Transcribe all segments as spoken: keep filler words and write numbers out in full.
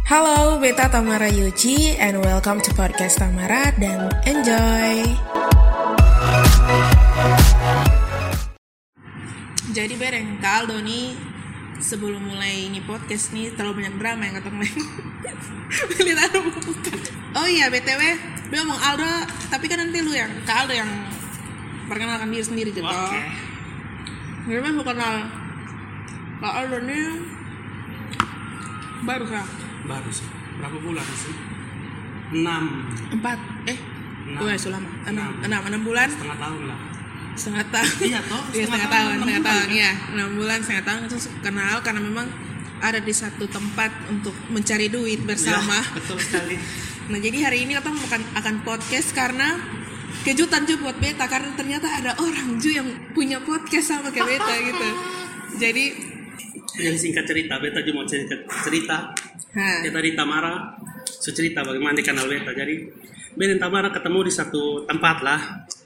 Halo, Beta Tamara Yuji and welcome to podcast Tamara dan enjoy. Jadi bereng Kaldo nih sebelum mulai ini podcast nih terlalu banyak drama yang ketemu. Lihat ada bukan. Oh iya, B T W, dia ngomong Aldo, tapi kan nanti lu yang Kaldo yang perkenalkan diri sendiri gitu. Oke. Okay. Gimana lu kenal Kak Aldo nih? Baru kah? Baru sih. Berapa bulan sih? Enam. Empat. Eh. Enam. Oh ya, selama enam. Enam. Enam bulan. Setengah tahun lah. Setengah tahun. Iya toh. Iya setengah tahun. Setengah tahun. Iya. Enam bulan. Setengah tahun itu kenal karena memang ada di satu tempat untuk mencari duit bersama. Ya, betul sekali. Nah jadi hari ini kita akan akan podcast karena kejutan juga buat Beta karena ternyata ada orang juga yang punya podcast sama kayak Beta gitu. Jadi. Jadi singkat cerita, Beta juga mau cerita cerita. Ha. Ya tadi Tamara so cerita bagaimana dikenal Beta. Jadi Beta dan Tamara ketemu di satu tempat lah.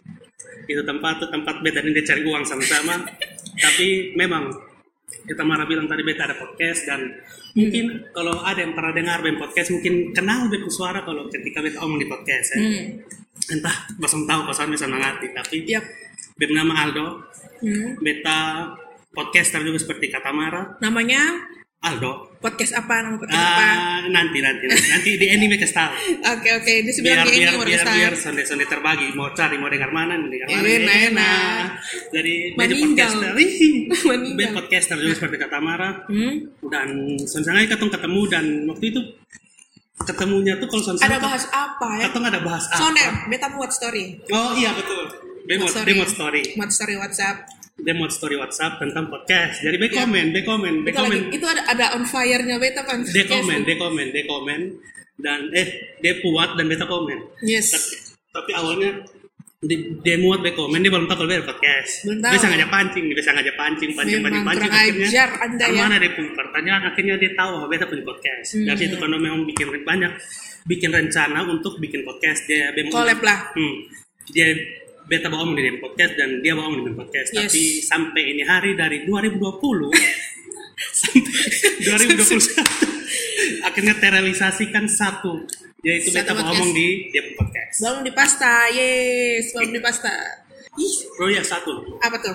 Itu tempat tuh tempat Beta ini dia cari uang sama-sama. Tapi memang ya Tamara bilang tadi Beta ada podcast dan hmm. mungkin kalau ada yang pernah dengar Ben podcast mungkin kenal Beta suara kalau ketika Beta omong di podcast ya. Hmm. Entah basam tahu kosan bisa mengerti tapi yep. Beta nama Aldo. Hmm. Beta podcaster juga seperti kata Tamara. Namanya Aldo. Podcast apa? Nama podcast uh, apa? Nanti nanti nanti di anime kasih tahu. Oke oke, di sebelah di biar anime biar biar sonde sonde terbagi mau cari mau dengar mana dengar mana. Enak enak. Jadi beda podcaster. Beda podcaster juga seperti kata Tamara. Hmm? Dan sonsangai katong ketemu dan waktu itu ketemunya tuh kalau sonsangai. Ada bahas apa ya? Katong ada bahas apa? Sonde, Beta buat story. Oh iya betul. Demo demo story. Buat story WhatsApp. Dia mau story WhatsApp tentang podcast. Jadi be komen, be komen, be komen. Itu ada ada on fire-nya Beta kan. Dia komen, dia komen, dia komen dan eh dia buat dan Beta komen. Yes. Tapi, tapi awalnya dia, dia muat be komen, dia belum tahu kalau dia podcast. Bisa ngajak pancing, dia bisa ngajak pancing, pancing, pancing, pancing. Akhirnya anda ya. Mana dia punya pertanyaan, akhirnya dia tahu Beta punya podcast. Hmm. Dari situ karena memang bikin banyak bikin rencana untuk bikin podcast dia. Collab lah. Hmm, dia Beta bawa omong di podcast dan dia bawa omong di podcast. Yes. Tapi sampai ini hari dari dua ribu dua puluh sampai dua ribu dua puluh satu akhirnya terrealisasikan satu yaitu Beta bawa omong di dia podcast. Bawa di pasta, yes, bawa di pasta. Ih, oh ya satu. Apa tuh?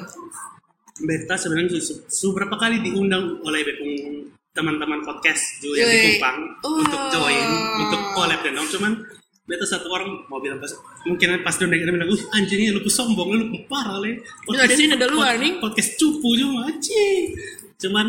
Beta sebenarnya beberapa kali diundang oleh teman-teman podcast juga yang di Kupang oh. untuk join, untuk collab dan cuman Beta satu orang mau bilang pas mungkin pas dia dengar bilang, "Uh, anjingnya lu sombong, lu parah le." Podcast di sini ada luar nih. Podcast cupu cuma anjing. Cuman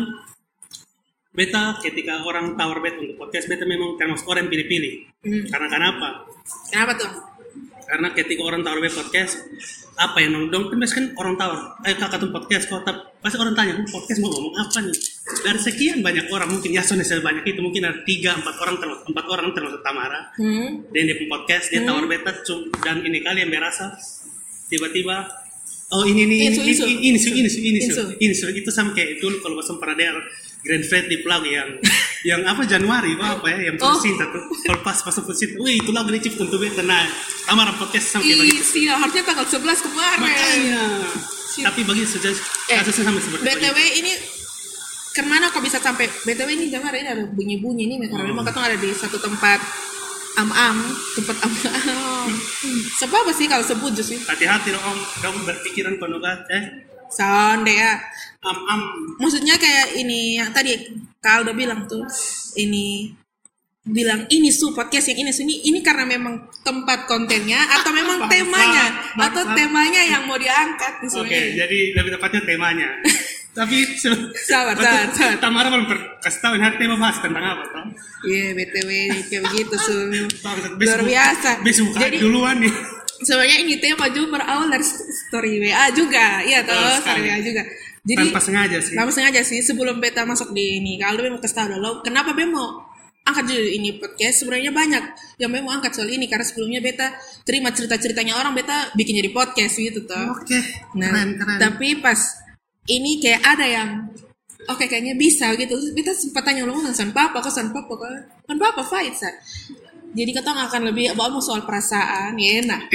Beta ketika orang tawar Beta untuk podcast, Beta memang termasuk orang yang pilih-pilih. Hmm. Karena kenapa? Kenapa tuh? Karena ketika orang tawar Beta podcast, apa yang nongdong kan biasanya kan orang tawar, "Ayo kakak tuh podcast kok." Pasti orang tanya, "Podcast mau ngomong apa nih?" Dari sekian banyak orang mungkin ya soalnya banyak itu mungkin ada tiga empat orang termasuk empat orang termasuk Tamara. Hmm. Dan dia punya podcast dia hmm. tawar Beta dan ini kali yang berasa tiba-tiba oh ini nih ini ini ini ini ini ini itu sama kayak dulu kalau pas pernah dengar Grand Freddy Plug yang yang apa Januari apa ya yang putus cinta tuh kalau pas pas putus cinta, wih itu lagu dicipta untuk Beta nah Tamara podcast sama kayak begitu. Iya harusnya tanggal sebelas kemarin. Makanya. Tapi bagi sejauh kasusnya sama seperti B T W ini kemana kok bisa sampai B T W ini jangan ini ada bunyi-bunyi nih karena memang kita ada di satu tempat am-am tempat am-am sebab apa sih kalau sebut sih hati-hati dong om kamu berpikiran penugas eh sonde ya am-am maksudnya kayak ini yang tadi Kak udah bilang tuh ini bilang ini su podcast yang ini sini ini karena memang tempat kontennya atau memang temanya atau temanya yang mau diangkat oke okay, jadi lebih tepatnya temanya tapi sabar, sabar, sabar. Tamara belum kasih tahu hari tema bahas tentang apa toh? Iya, B T W kayak begitu su. Luar biasa. Besok jadi duluan nih. Sebenarnya ini tema juga berawal dari story W A juga, iya toh, oh, story W A juga. Jadi tanpa sengaja sih. Tanpa sengaja sih sebelum Beta masuk di ini. Kalau Beta mau kasih tahu dulu, kenapa Beta mau angkat dulu ini podcast? Sebenarnya banyak yang Beta mau angkat soal ini karena sebelumnya Beta terima cerita-ceritanya orang, Beta bikin jadi podcast gitu toh. Oke. Okay. Nah, keren, keren. Tapi pas ini kayak ada yang oke okay, kayaknya bisa gitu. Kita sempat tanya lu san papa kok san papa kok. Kan papa fight sa. Jadi kita akan lebih bawa soal perasaan, ya enak.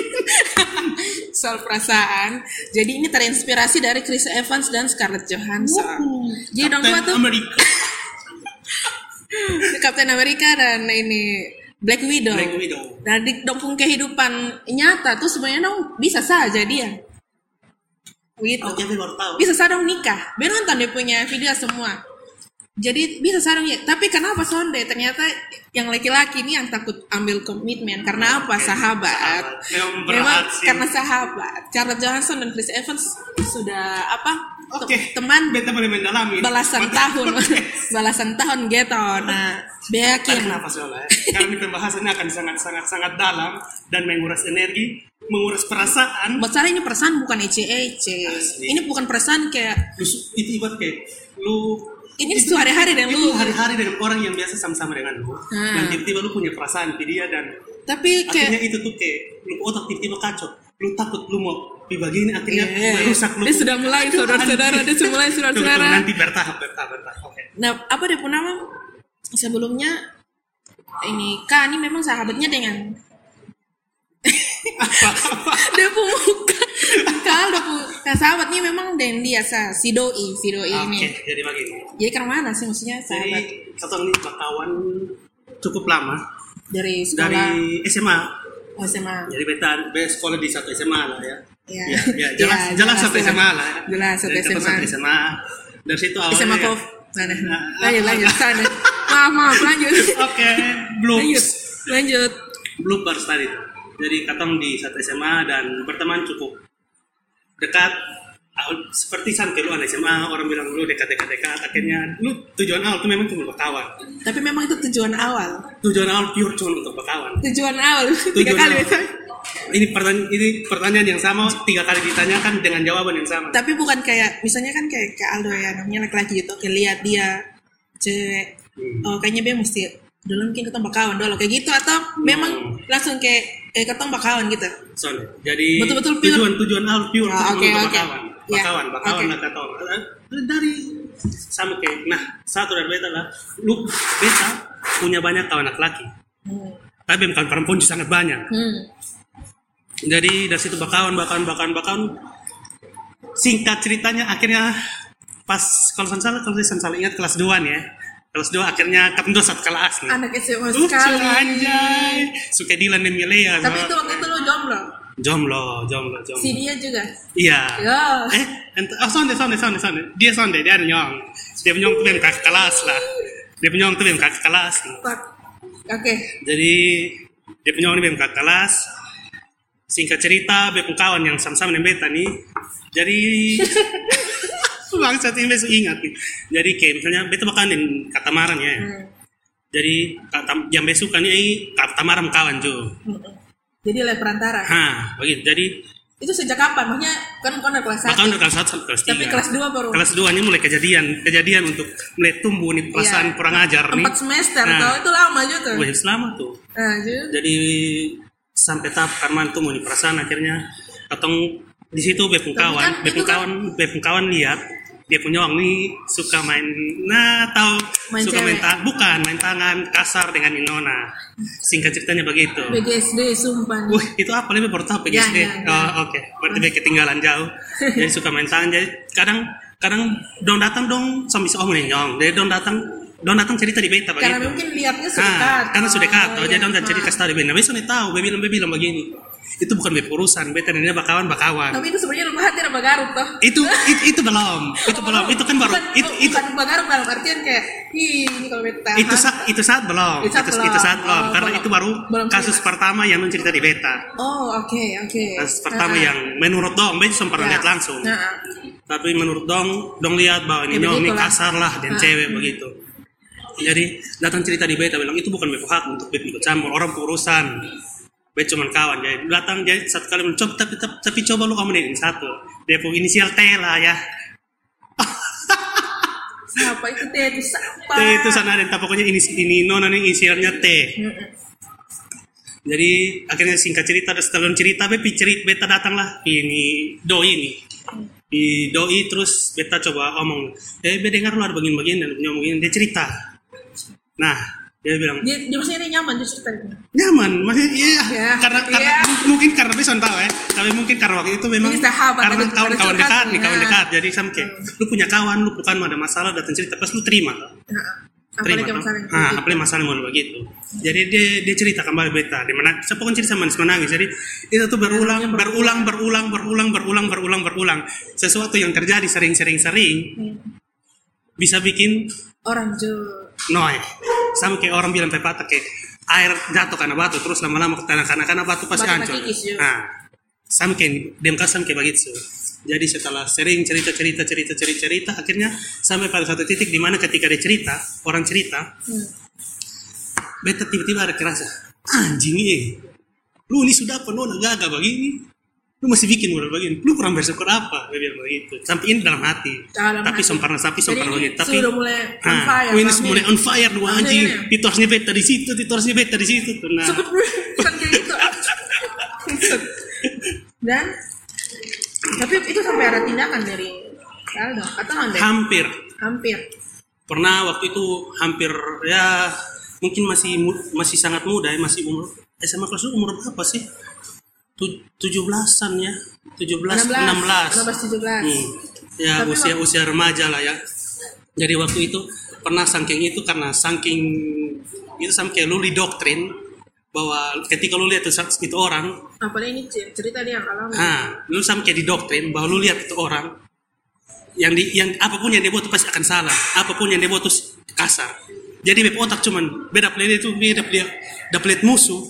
Soal perasaan. Jadi ini terinspirasi dari Chris Evans dan Scarlett Johansson. Wow. Jadi dong tua tuh. Captain America dan ini Black Widow. Black Widow. Dan di dong kehidupan nyata tuh sebenarnya dong bisa saja dia. Begitu. Oh, jadi baru tahu. Bisa saja dong nikah. Ben nonton dia punya video semua. Jadi bisa sarung ya, tapi kenapa Sonde? Ternyata yang laki-laki ini yang takut ambil komitmen karena apa? Sahabat. Memang, Memang sih. karena sahabat. Scarlett Johansson dan Chris Evans sudah apa? Oke. Okay. Teman. Beta boleh mendalami. Belasan tahun, belasan tahun gitu. Nah, beyakin. Kenapa soalnya? Karena pembahasannya akan sangat sangat sangat dalam dan menguras energi, menguras perasaan. Buat saya ini perasaan bukan ece-ece. Ini bukan perasaan kayak. Lu, itu ibarat kayak lu. Ini itu hari-hari dengan lu. Hari-hari dengan orang yang biasa sama-sama dengan lu. Hmm. Dan tiba-tiba lu punya perasaan ke dia dan. Tapi kayak. Akhirnya itu tuh kayak lu otak tiba-tiba kacau. Lu takut lu mau di begini akhirnya yeah. merusak lu. Dia sudah mulai saudara-saudara, dia sudah mulai saudara-saudara. Nanti bertahap, bertahap, bertahap. Oke. Okay. Nah, apa dia pun nama sebelumnya ini Kani memang sahabatnya dengan dia pun muka kalau pun nah, sahabatnya memang dengan dia sa si doi si doi okay, ini. Oke, jadi begini. Jadi karena mana sih maksudnya sahabat? Jadi kita ini kawan cukup lama dari sekolah dari S M A. Oh, S M A. Jadi beta beta sekolah di satu S M A lah ya. Ya, ya, ya jelas, ya, jelas satu S M A lah. Ya. Jelas satu S M A. S M A. Dari situ awalnya. S M A Kof. Nah, nah. Lanjut, lanjut sana. Maaf, maaf, lanjut. Oke, okay, bloops. Lanjut, lanjut. Bloopers tadi. Jadi katong di satu S M A dan berteman cukup dekat. Seperti sampai lu anak S M A, orang bilang lu dekat-dekat-dekat. Akhirnya lu tujuan awal tuh memang cuma berkawan. Tapi memang itu tujuan awal. Tujuan awal pure cuma untuk berkawan. Tujuan awal. Tiga kali biasanya. Ini pertanyaan ini pertanyaan yang sama tiga kali ditanyakan dengan jawaban yang sama. Tapi bukan kayak misalnya kan kayak ke Aldo ya namanya laki-laki gitu, kayak lihat dia cewek, hmm. oh kayaknya dia mesti dulu mungkin ketemu bakawan dulu kayak gitu atau hmm. memang langsung kayak eh ketemu bakawan gitu. Sorry. Jadi betul-betul tujuan tujuan awal pure oh, untuk okay, okay. bakawan, bakawan, yeah. bakawan okay. lah kata dari sama kayak nah satu dari beta lah, lu beta punya banyak kawan laki-laki, hmm. tapi bukan perempuan sangat banyak. Hmm. Jadi dari situ bakawan, bakawan, bakawan, bakawan. Singkat ceritanya akhirnya pas kalau saya salah, kalau saya salah ingat kelas dua nih ya. Kelas dua akhirnya ketemu satu kelas nih. Anak S M A uh, sekali. Anjay. Suka Dilan dan Milea. Tapi itu waktu itu lo jomblo. Jomblo, jomblo, jomblo. Si dia juga. Iya. Ya. Eh, ent- oh sonde, sonde, sonde, sonde. Dia sonde, dia ada nyong. Dia punyong tuh yang kakak kelas lah. Dia punyong tuh yang kakak kelas. Oke. Okay. Jadi dia punyong ini yang kakak kelas. Singkat cerita, bepung kawan yang sama-sama dengan beta nih. Jadi bangsat ini besok ingat nih. Jadi kayak misalnya beta bakalan dengan katamaran ya. Hmm. Jadi kata, yang besok kan ini katamaran kawan jo. Hmm. Jadi oleh perantara. Hah, begitu. Jadi itu sejak kapan? Maksudnya kan kau udah kelas satu. Bahkan udah kelas satu sampai kelas tiga. Tapi kelas dua baru. Kelas dua ini mulai kejadian, kejadian untuk mulai tumbuh nih perasaan ya, kurang ajar nih. Empat semester, nah, tau itu lama juga. Wah, selama tuh. Nah, jadi sampai tahap karman tuh mau perasaan akhirnya ketong di situ bepung kawan, kan, bepung kawan, kan, bepung kawan lihat dia punya orang nih suka main, nah tahu main suka cewek. main tangan, bukan main tangan kasar dengan Inona. Singkat ceritanya begitu. B G S D sumpah. Wah itu apa lebih baru tahu B G S D. Ya, ya, ya. Oh, oke, okay. Berarti oh. ketinggalan jauh. Jadi suka main tangan. Jadi kadang kadang dong datang dong sama bisa omongin nyong. Jadi dong datang Don datang cerita di beta begitu. Karena mungkin lihatnya sudah nah, dekat. Karena sudah dekat, oh, jadi iya, don dan cerita kasih tahu di beta. Nah, besok nih tahu, beta bilang beta bilang begini. Itu bukan beta urusan, beta dan dia bakawan bakawan. Tapi itu sebenarnya rumah hati sama Garut toh. Itu itu, itu belum, itu oh, belum, itu kan baru. Bukan, itu itu bukan Garut dalam artian kayak ini kalau beta. Itu saat itu saat belum, itu saat itu, belum, itu saat belum, oh, karena belum. itu baru belum kasus cerita. Pertama yang non cerita di beta. Oh oke okay, oke. Okay. Kasus pertama uh-huh. yang menurut dong, beta sempat pernah lihat langsung. Uh-huh. Tapi menurut dong, dong lihat bahwa ini nyong ini kasar lah dan uh-huh. cewek begitu. Jadi datang cerita di beta bilang itu bukan beta hak untuk beta ikut campur orang urusan. Beta cuma kawan. Jadi datang jadi satu kali mencoba tapi, tapi tapi coba lu kamu dengan satu. Dia punya inisial T lah ya. Siapa itu T itu siapa? T itu sana dan pokoknya ini ini nona ini inisialnya T. Jadi akhirnya singkat cerita dan setelah cerita beta cerita beta datang lah ini doi ini. Di doi terus beta coba omong, eh beta dengar lu ada bagian-bagian dan punya begini dia cerita. Nah, dia bilang dia, dia maksudnya nyaman dia ceritanya. Nyaman, maksudnya iya, ya, karena, iya. karena mungkin karena bisa tahu ya, tapi mungkin karena waktu itu memang sahabat, karena kawan-kawan dekat nih, kawan nah. dekat, jadi sampai hmm. lu punya kawan, lu bukan ada masalah datang cerita, pas lu terima, nah. Apalagi terima masalah toh. Ah, apalagi masalah model begitu. Jadi dia dia cerita kembali beta di mana saya pokoknya cerita manis menangis. Jadi itu tuh berulang berulang berulang berulang berulang berulang berulang sesuatu yang terjadi sering-sering sering Hmm. bisa bikin Orang jo. noy. Sama kayak orang bilang pepatah kayak air jatuh karena batu terus lama-lama ke tanah karena karena batu pasti Batu hancur. kikis, jo. Nah, sama kayak dem sama kayak begitu. Jadi setelah sering cerita cerita cerita cerita cerita akhirnya sampai pada satu titik di mana ketika dia cerita orang cerita, Hmm. beta tiba-tiba ada kerasa anjing ini, lu ini sudah apa nona gagal begini, lu masih bikin modal begini, lu kurang bersyukur apa, dia bilang begitu. Sampai ini dalam hati, Dalam tapi hati. sempurna tapi Jadi sempurna ini begitu. Tapi sudah mulai on ah, fire, oh, ini Bang. mulai on fire dua Bang, anjing, ini. itu harusnya beta di situ, itu harusnya beta di situ. Tuh, nah, Cukup kan kayak gitu. Dan tapi itu sampai ada tindakan dari Aldo atau anda? hampir Hampir. pernah waktu itu hampir ya mungkin masih mu- masih sangat muda ya, masih umur S M A kelas dua umur berapa sih? Tu- tujuh belasan ya, tujuh belas enam belas. enam belas tujuh belas. Hmm. Ya Tapi usia waktu- usia remaja lah ya. Jadi waktu itu pernah saking itu karena saking itu sampai lu didoktrin bahwa ketika lu lihat itu, itu orang, Apalagi ini cerita dia yang alami. ah, lu sampai didoktrin bahwa lu lihat itu orang yang di yang apapun yang dia buat itu pasti akan salah, apapun yang dia buat itu kasar. Jadi beb otak cuman beda pelit itu beda pelit dapat musuh.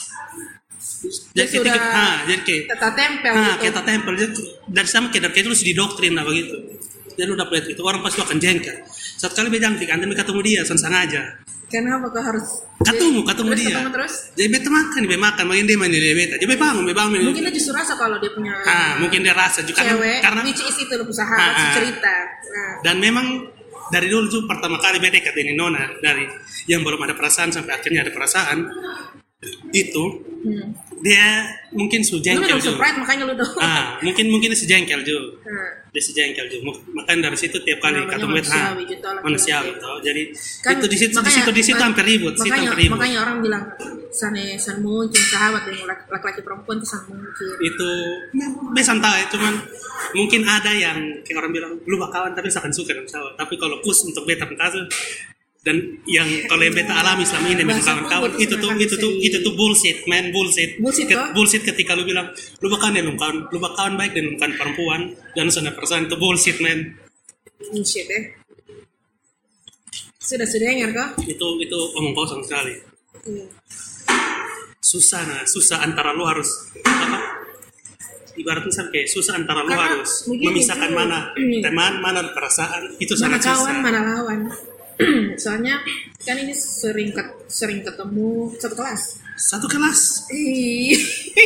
Dia Jadi ketika, sudah ah, jadi kayak Tata tempel ah, gitu. kayak tak tempel jadi dari sama kayak dari kayak itu lu didoktrin lah begitu. Jadi lu dapat itu orang pasti akan jengkel. Satu kali bejangtik, nanti ketemu dia sengaja. Kenapa kau harus Ketemu, ketemu terus dia. ketemu terus? Jadi beta makan, beta makan, makin dia main dia beta. Jadi beta bangun, beta bangun. Mungkin dia justru rasa kalau dia punya Ah, mungkin dia rasa juga karena, cewek, karena which is itu lu usaha Ah, ah. cerita. Nah, dan memang dari dulu tuh pertama kali beta dekat dengan Nona dari yang belum ada perasaan sampai akhirnya ada perasaan itu hmm. dia mungkin su Lu jengkel minum juga. Sprite makanya lu dong. Ah, mungkin mungkin dia sejengkel juga. Nah, Dia sejengkel juga. Makanya dari situ tiap kali Namanya ketemu beta, ah, manusiawi, gitu, laki-laki. manusiawi toh. Jadi kan itu di situ di makanya- situ di situ mak- hampir ribut, situ makanya, hampir ribut. makanya orang bilang sane san mungkin sahabat dengan laki- laki-laki perempuan itu san mungkin. Itu besan tahu ya, cuman mungkin ada yang kayak orang bilang lu bakalan tapi akan suka dengan sahabat. Tapi kalau kus untuk beta kasus dan yang kalau yang beta alami selama ini dengan Bahasa kawan-kawan pun itu tuh bisa itu tuh di- itu tuh bullshit man bullshit Bullshit, Ket- toh? bullshit ketika lu bilang lu bakalan dengan kawan lu bakalan baik dengan kawan perempuan dan sana perasaan itu bullshit man Bullshit ya. Sudah sudah dengar kok? itu itu omong kosong sekali Iya. susah nah susah antara lu harus apa ibaratnya sampai susah antara lu Karena harus begini, memisahkan Jo. mana teman mana perasaan itu Mana sangat kawan, susah mana lawan. Soalnya kan ini sering ket- sering ketemu satu kelas. satu kelas Ih.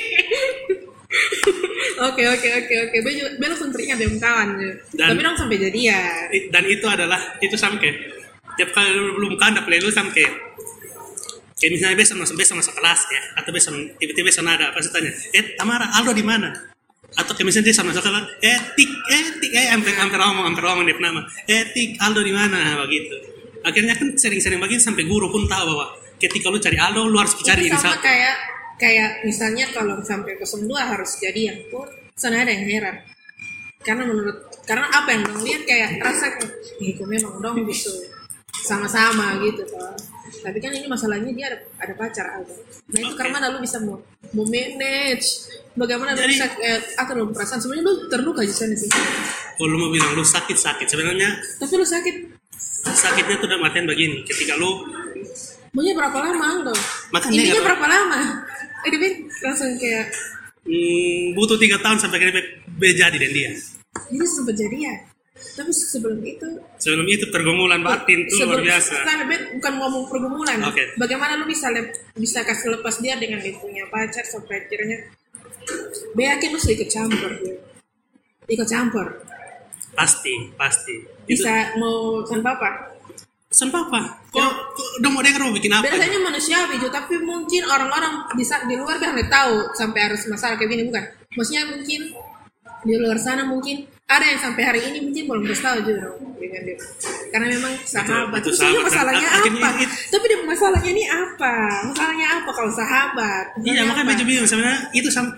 Oke oke oke oke. Bel Bel langsung teringat dengan kawan. Jo. Dan- Tapi dong sampai jadian. dan itu adalah itu sampai tiap kali lu belum kandap lu sampai kayak misalnya besok masuk besok masuk kelas ya atau besok tiba-tiba besok ada apa sih tanya eh Tamara Aldo di mana atau kayak misalnya dia sama masuk kelas eh tik eh tik eh hampir hampir ngomong hampir ngomong dia nama eh tik Aldo di mana begitu akhirnya kan sering-sering begitu sampai guru pun tahu bahwa ketika lu cari Aldo lu harus cari Itu ini sama satu kayak kayak misalnya kalau sampai nol dua harus jadian pun sana ada yang heran. Karena menurut karena apa yang dong lihat kayak rasa kayak eh kok memang dong bisa sama-sama gitu toh. Tapi kan ini masalahnya dia ada, ada pacar Aldo. Nah itu Oke. karena lu bisa mau, mau manage bagaimana lu Jadi- bisa eh, akan lu perasaan sebenarnya lu terluka di sana sih. kalau lu mau bilang lu sakit sakit sebenarnya Tapi lu sakit sakitnya tuh dalam artian begini ketika lu maunya berapa lama Aldo? Makanya Intinya nggak berapa lama? Eh dia langsung kayak hmm, butuh tiga tahun sampai akhirnya be- be jadi dan dia jadi sempat jadian. Tapi sebelum itu sebelum itu pergumulan batin tuh luar Sebelum- biasa Bukan, Bet, bukan ngomong pergumulan. Oke. Bagaimana lu bisa lep, bisa kasih lepas dia dengan dia punya pacar sampai akhirnya be yakin lu sudah ikut campur dia. Ikut campur. pasti pasti itu Bisa mau kan papa. pesan papa kok kok udah mau dengar mau bikin apa Biasanya manusiawi juga, tapi mungkin orang-orang bisa di luar biar nggak tahu sampai harus masalah kayak gini bukan. Maksudnya mungkin di luar sana mungkin ada yang sampai hari ini mungkin belum bisa tahu juga dong dengan dia. Karena memang sahabat. itu Terus ini sahabat. masalahnya Dan akhirnya apa? it- Tapi dia masalahnya ini apa? Masalahnya apa kalau sahabat? iya Masalahnya makanya apa? baju bingung sebenarnya itu sampai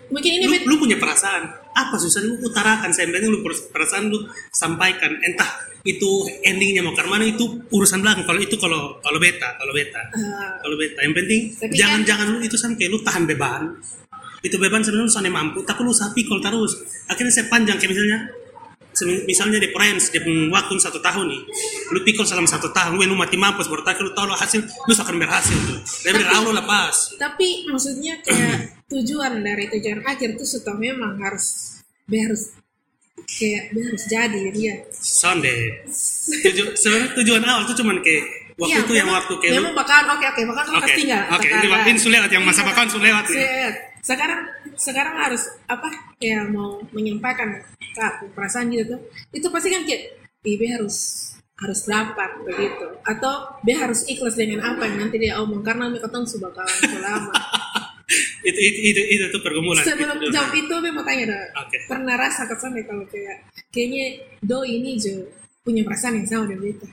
mungkin ini lu, bet- lu punya perasaan, apa susah lu utarakan, saya penting lu perasaan lu sampaikan, entah itu endingnya mau ke mana itu urusan belakang. Kalau itu kalau kalau beta, kalau beta, Uh, kalau beta, yang penting Tapi jangan kan- jangan lu itu sampai lu tahan beban. Itu beban sebenarnya lu soalnya mampu, tapi lu usaha pikul terus. Akhirnya saya panjang kayak misalnya, sem- misalnya di Friends dia punya waktu satu tahun nih, lu pikul selama satu tahun, lu mati mampus, baru tak lu tahu lu hasil, lu akan berhasil tuh. Dari awal lu lepas. tapi maksudnya kayak tujuan dari tujuan akhir tuh sudah memang harus be harus kayak be harus jadi dia. Sonde. Tuju, sebenarnya tujuan awal tuh cuman kayak waktu Iya, itu yang memang- waktu kayak lu- memang bakalan oke oke bakalan Oke, pasti nggak oke, bakalan- ini bak- ini sudah lewat, yang masa Iya, bakalan sudah lewat nih. sudah. sekarang sekarang harus apa ya mau menyampaikan ke aku perasaan gitu tuh itu pasti kan kayak "Ih, be harus harus dapat begitu atau be harus ikhlas dengan apa yang nanti dia omong karena me ketemu sudah bakalan selama itu itu itu itu tuh pergumulan. sebelum Itu- jawab itu be mau tanya dah Oke. pernah rasa sampai kalau kayak kayaknya do ini jo punya perasaan yang sama dengan beta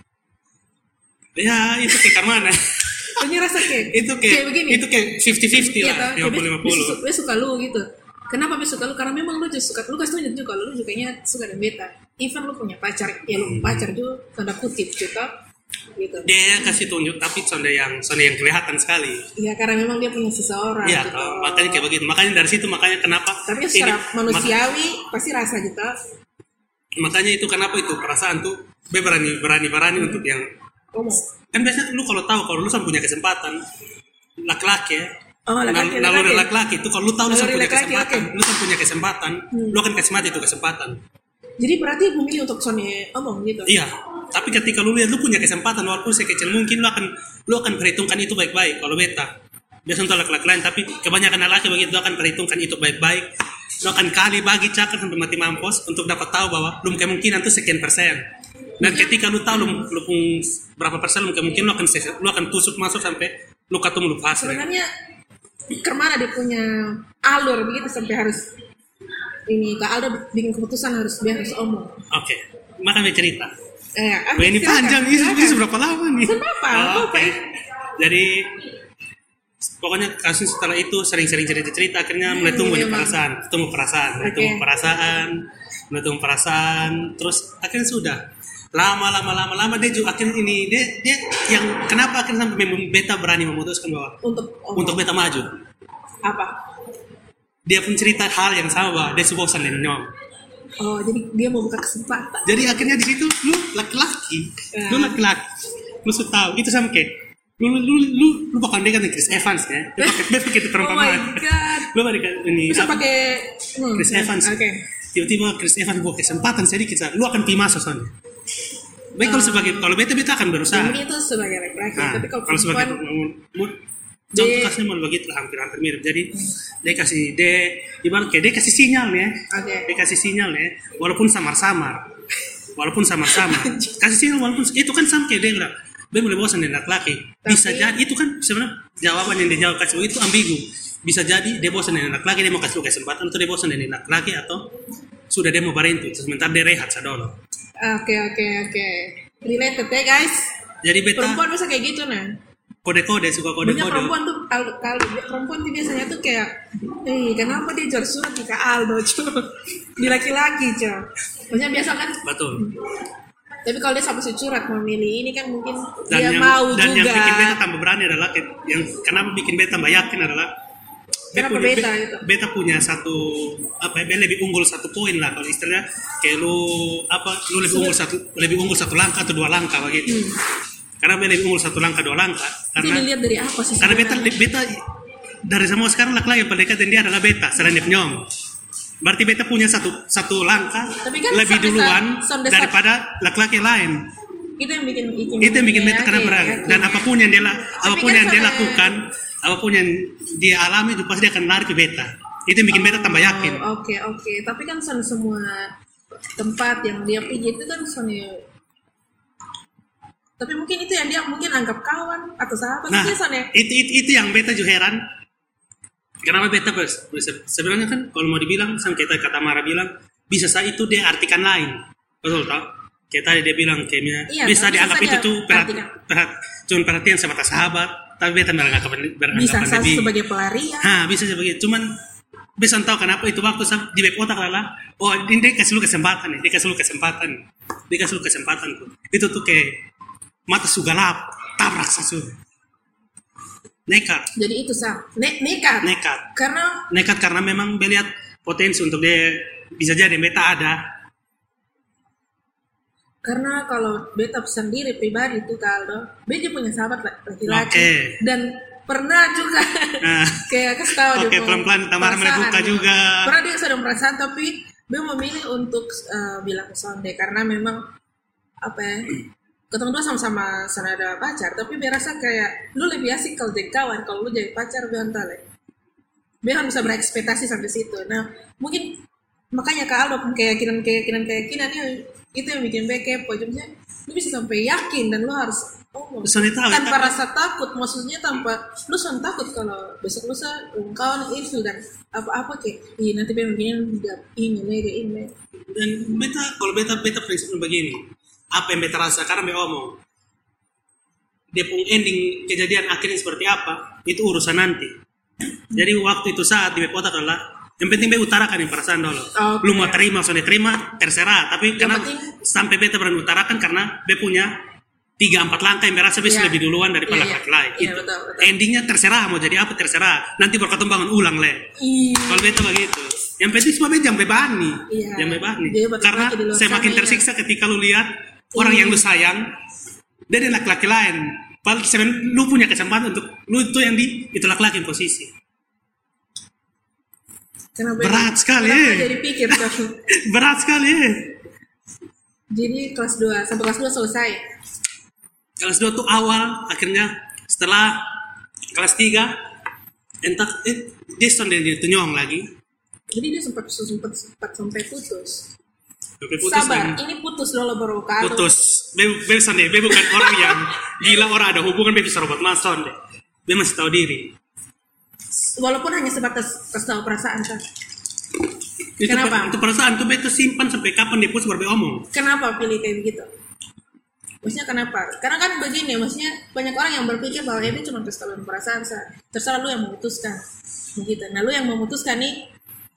Ya itu kayak mana? punya rasa kayak itu kayak, begini itu kayak fifty fifty Iya, lah, toh, lima puluh lima dia- dia puluh. suka, dia suka lu gitu. Kenapa dia suka lu? Karena memang lu juga suka, lu kasih tunjuk juga lu juga kayaknya suka dengan beta. Even lu punya pacar, ya lu pacar juga tanda kutip juga, gitu. Dia kasih tunjuk tapi sonde yang sonde yang kelihatan sekali. Iya karena memang dia punya seseorang. Iya, gitu. toh, makanya kayak begitu. Makanya dari situ makanya kenapa Tapi ini- secara mak- manusiawi pasti rasa gitu. makanya itu kenapa itu perasaan tuh be berani berani berani untuk yang Ngomong. kan biasanya lu kalau tahu kalau lu sama punya kesempatan laki-laki ya. Oh, laki-laki, Lalu laki-laki. laki-laki itu kalau lu tahu lu sama Naluri punya laki-laki, kesempatan, oke. lu sama punya kesempatan, lu akan kasih mati itu kesempatan. Jadi berarti memilih untuk Sony omong gitu. Iya, tapi ketika lu lihat lu punya kesempatan walaupun sekecil mungkin lu akan lu akan perhitungkan itu baik-baik. Kalau beta, biasa untuk laki-laki lain, tapi kebanyakan laki begitu lu akan perhitungkan itu baik-baik. Lu akan kali bagi cakar sampai mati mampus untuk dapat tahu bahwa lu kemungkinan tuh sekian persen. Dan ketika lu tahu lu, lu pun berapa persen lu kemungkinan lu akan lu akan tusuk masuk sampai lu ketemu lu fase. Sebenarnya kemana dia punya alur begitu sampai harus ini Kak Aldo bikin keputusan harus dia harus omong. Oke, makanya cerita. Eh, ah, Wah, ini silakan, panjang, ini, silakan. ini seberapa lama nih? Seberapa? Oh, Apa? Oke. Jadi pokoknya kasus setelah itu sering-sering cerita-cerita akhirnya mulai Hmm, tumbuh nih memang. perasaan, tumbuh perasaan, mulai Oke. tumbuh perasaan, mulai tumbuh perasaan, terus akhirnya sudah lama lama lama lama dia juga akhirnya ini dia dia yang kenapa akhirnya sampai mem- beta berani memutuskan bahwa Untuk omong. untuk beta maju. Apa? Dia pun cerita hal yang sama bahwa dia bosan dengan nyom. Oh, jadi dia mau buka kesempatan. Jadi akhirnya di situ lu laki-laki, Ya. lu laki-laki, lu sudah tahu itu sama kayak lu lu lu lu, lu bakal dekat dengan Chris Evans ya, dia pakai dia pakai itu Oh my perumpamaan, god. lu pakai ini Bisa apa, pakai hmm, Chris Evans, Oke. tiba-tiba Chris Evans buat kesempatan sedikit, lu akan pi masuk soalnya. Baik kalau sebagai kalau beta beta akan berusaha. Ini itu sebagai laki-laki, Nah, tapi kalau kalau sebagai perempuan mu- contoh Dia- kasusnya mau begitu lah, hampir-hampir mirip. Jadi dia kasih dia ibarat kayak dia kasih sinyal ya. Oke. Dia kasih sinyal ya, walaupun samar-samar. Walaupun sama-sama. Kasih sinyal walaupun itu kan sama kayak dia bilang, dia mulai bosan dengan laki-laki. Bisa Tapi- jadi itu kan sebenarnya jawaban yang dia jawab kasih itu ambigu. Bisa jadi dia bosan dengan laki-laki, dia mau kasih lu kesempatan atau dia bosan dengan laki-laki atau sudah dia mau berhenti sementara dia rehat sadolo. Oke oke oke. Related ya guys. Jadi beta Perempuan bisa kayak gitu nah. kode-kode suka Banyak kode-kode. perempuan tuh kalau kalau perempuan tuh biasanya tuh kayak, eh kenapa dia jual surat di Kak Aldo cuy, di laki-laki cuy. Maksudnya biasa kan. Betul. Tapi kalau dia sampai surat memilih ini kan mungkin Dan dia yang, mau dan juga. yang bikin beta tambah berani adalah yang kenapa bikin beta tambah yakin adalah Kenapa punya, beta be- itu? beta punya satu apa ya, dia lebih unggul satu poin lah kalau istilahnya kayak lu apa lu lebih unggul satu lebih unggul satu langkah atau dua langkah begitu. Hmm. Karena beta lebih unggul satu langkah dua langkah Itu karena dilihat dari apa sih? karena beta sebenarnya? beta dari semua sekarang laki-laki yang paling dekat dengan dia adalah beta selain dia nyom. Berarti beta punya satu satu langkah Tapi kan lebih sampai duluan saat- sampai saat- daripada laki-laki lain. Itu yang bikin bikin Itu yang bikin beta ya, karena oke, berani oke. dan apapun yang dia la- apapun kan yang dia sampai- lakukan apapun yang dia alami itu pasti dia akan lari ke beta. Itu yang bikin beta tambah yakin. Oh, Oke oke, tapi kan son semua tempat yang dia pergi itu kan son tapi mungkin itu yang dia mungkin anggap kawan atau sahabat Nah, itu son ya. itu, itu itu yang beta juga heran. Kenapa beta bers- bers- sebenarnya kan kalau mau dibilang sama kita kata Mara bilang bisa saja itu dia artikan lain. Betul toh? Kayak tadi dia bilang kayaknya Iya, bisa bisa dianggap saja itu tuh perhat, artikan. perhat, cuma perhatian sebatas sahabat, tapi beta beranggapan Bisa beranggapan saja lebih. sebagai pelarian. Ha, bisa sebagai cuman Bisa tahu kenapa itu waktu di back otak adalah, oh ini dia kasih lu kesempatan nih, dia kasih lu kesempatan, dia kasih lu kesempatan tuh. Itu tuh kayak mata sugalap, tabrak sasu. Nekat. Jadi itu sah, ne nekat. Nekat. Karena nekat karena memang dia lihat potensi untuk dia bisa jadi beta ada. Karena kalau beta sendiri pribadi tuh kalau beta punya sahabat laki-laki okay. dan pernah juga nah, kayak kasih tahu oke okay, pelan-pelan tamar mereka juga pernah dia sedang perasaan tapi dia memilih untuk uh, bilang ke sonde karena memang apa ya ketemu dua sama-sama sana ada pacar tapi dia rasa kayak lu lebih asik kalau jadi kawan kalau lu jadi pacar dia entah lah dia harus bisa berekspektasi sampai situ. Nah mungkin makanya Kak Aldo pun keyakinan keyakinan keyakinan itu yang bikin dia kepo jadinya lu bisa sampai yakin dan lu harus oh, tanpa tahu, rasa takut, maksudnya tanpa lu sudah takut kalau besok lusa kawan ilfil dan apa-apa kayak ih nanti beta begini ini ini ini dan beta kalau beta beta prinsipnya begini apa yang beta rasa karena beta omong dia pun ending kejadian akhirnya seperti apa itu urusan nanti. Jadi waktu itu saat di beta otak adalah yang penting beta utarakan yang perasaan dulu. Okay. Lu mau terima sudah terima terserah tapi yang karena penting, sampai beta berani utarakan karena beta punya tiga empat langkah yang merasa bisa yeah. lebih duluan daripada yeah, laki-laki yeah. gitu. Yeah, betul, betul. Endingnya terserah mau jadi apa terserah. Nanti perkembangan ulang le. Yeah. Kalau beta begitu. Yang penting semua beta jangan bebani. Yeah. Jangan bebani. Yeah, karena semakin tersiksa ya. Ketika lu lihat yeah. orang yang lu sayang dari laki-laki lain. Padahal sebenarnya lu punya kesempatan untuk lu itu yang di itu laki-laki yang posisi. Kenapa berat ini? Sekali. Kenapa jadi pikir berat sekali. Jadi kelas dua sampai kelas dua selesai. Kelas dua tuh awal, akhirnya setelah kelas tiga entah eh, dia sudah ditunyong lagi. Jadi dia sempat sempat sempat sampai putus. Sampai putus Sabar, dan, ini putus dulu baru kalau. Putus, be besan deh, be bukan orang yang gila orang ada hubungan be bisa robot mason deh. Be masih tahu diri. Walaupun hanya sebatas kasih tahu perasaan kan. Itu kenapa? Itu perasaan tuh be tuh simpan sampai kapan dia putus baru be omong. Kenapa pilih kayak begitu? Maksudnya kenapa? Karena kan begini, maksudnya banyak orang yang berpikir bahwa ini cuma kesalahan perasaan, terserah lu yang memutuskan, begitu. Nah lu yang memutuskan nih,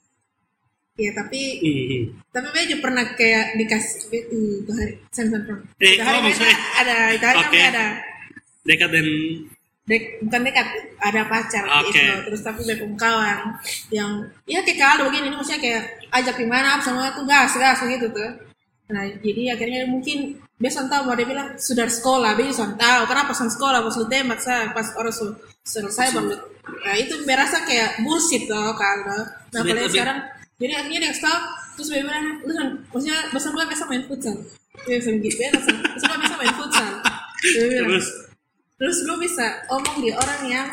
ya tapi, mm-hmm. tapi Bejo pernah kayak dikasih itu hari, sen-sen pernah. Eh, oh, maksudnya ada, itu hari okay. ada dekat dan dek, bukan dekat, ada pacar okay. itu, terus tapi Bejo kawan yang, ya kayak kalau begini, ini maksudnya kayak ajak gimana, sama aku gas, gas gitu tuh. Nah jadi akhirnya mungkin biasa tahu mau dia bilang sudah sekolah, biasa tahu kenapa pas sekolah pas lu tembak saya pas orang su, selesai baru, nah itu merasa kayak bullshit loh kalau, nah kalau sekarang jadi akhirnya dia tahu terus dia bilang lu kan maksudnya besar gue biasa main futsal, biasa gitu ya, besar gue bisa main futsal, terus terus lu bisa omong di orang yang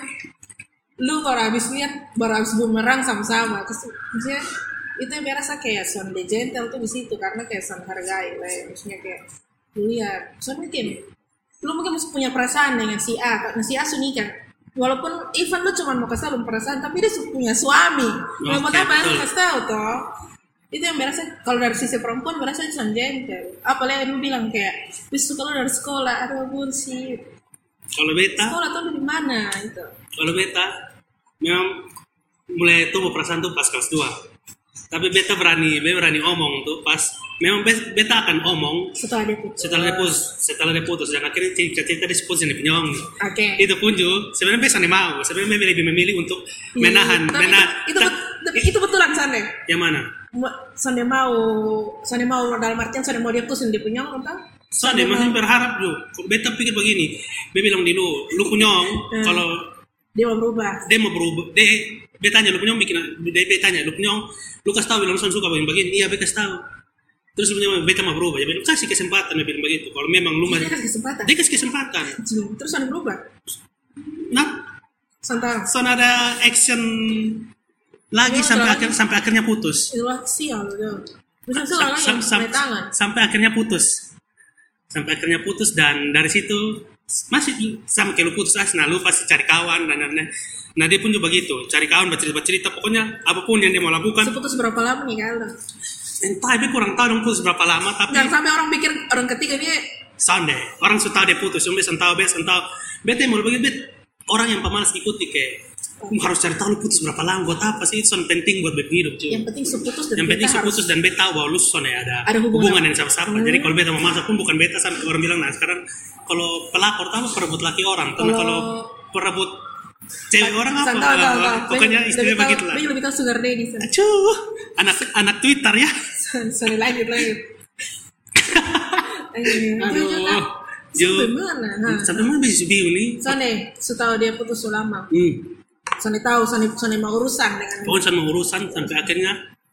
lu baru habis lihat baru habis bumerang sama-sama, terus maksudnya itu yang merasa kayak son gentle tuh di situ karena kayak son hargai lah, maksudnya kayak lihat, so mungkin lu mungkin masih punya perasaan dengan si A, karena si A sunika. Walaupun even lu cuma mau kasih lu perasaan, tapi dia punya suami. Lu mau apa yang kasih tahu toh? Itu yang berasa kalau dari sisi perempuan berasa itu gentle. Apalagi lu bilang kayak, bis suka lu dari sekolah, aduh bullshit. Kalau beta, sekolah tuh di mana itu? Kalau beta, memang mulai tumbuh perasaan tuh pas kelas dua. Tapi beta berani, beta berani omong tuh pas memang beta akan omong setelah dia putus. Setelah dia putus, setelah dia putus dan akhirnya cerita dia putus yang dipenyong. Oke. Okay. Itu pun juga sebenarnya beta nih mau, sebenarnya beta lebih memilih untuk menahan, tapi menahan. Itu, itu, tapi itu betulan Sande. Yang mana? Sande mau, Sande mau dalam artian Sande mau dia putus yang dipenyong entah? Sande masih berharap lu. Beta pikir begini, beta bilang di lu, lu kunyong hmm. kalau dia mau berubah. Dia mau berubah. Dia betanya lu punyong bikin dia betanya lu punyong lu kasih tahu bilang suka begini begini iya beta kasih tahu terus lu punya beta mau berubah ya bilang kasih kesempatan dia bilang begitu kalau memang lu dia kasih kesempatan dia kasih kesempatan terus ada berubah nah santai so ada action lagi oh, sampai akhir sampai akhirnya putus itu sial loh bisa soalnya yang sampai tangan sampai akhirnya putus sampai akhirnya putus dan dari situ masih sama kayak lu putus as nah lu pasti cari kawan dan lain-lain. Nah dia pun juga begitu, cari kawan, bercerita-cerita, pokoknya apapun yang dia mau lakukan. Seputus berapa lama nih kalau? Entah, dia kurang tahu dong putus berapa lama, tapi... Dan sampai orang pikir, orang ketiga dia... Sonde, orang sudah tahu dia putus, cuma bisa tahu, bisa tahu. Beta mau begitu, bet orang yang pemalas ikuti kayak... Lu harus cari tahu lu putus berapa lama, buat apa sih? Itu son penting buat beta hidup cuy. Yang penting seputus dan Yang penting beta seputus harus- dan beta tahu bahwa lu son ya ada, Ada hubungan. hubungan yang sama-sama. Hmm. Jadi kalau beta mau masuk pun bukan beta sampai orang bilang, nah sekarang kalau pelakor tahu perebut laki orang, tapi Kalau- kalau perebut cewek orang apa? Tahu, tahu, tahu. Eh, Pokoknya Lebih istilah tahu- begitu lah. lebih tahu sugar daddy. Son. Acuh, anak anak Twitter ya. Sorry lanjut lanjut. Aduh. Jo, Sampai mana? Nah. sampai mana bisa bingung nih? Sone, setahu dia putus lama. Hmm. Sone tahu, Sone Sone mau urusan dengan Pokoknya sama urusan sampai akhirnya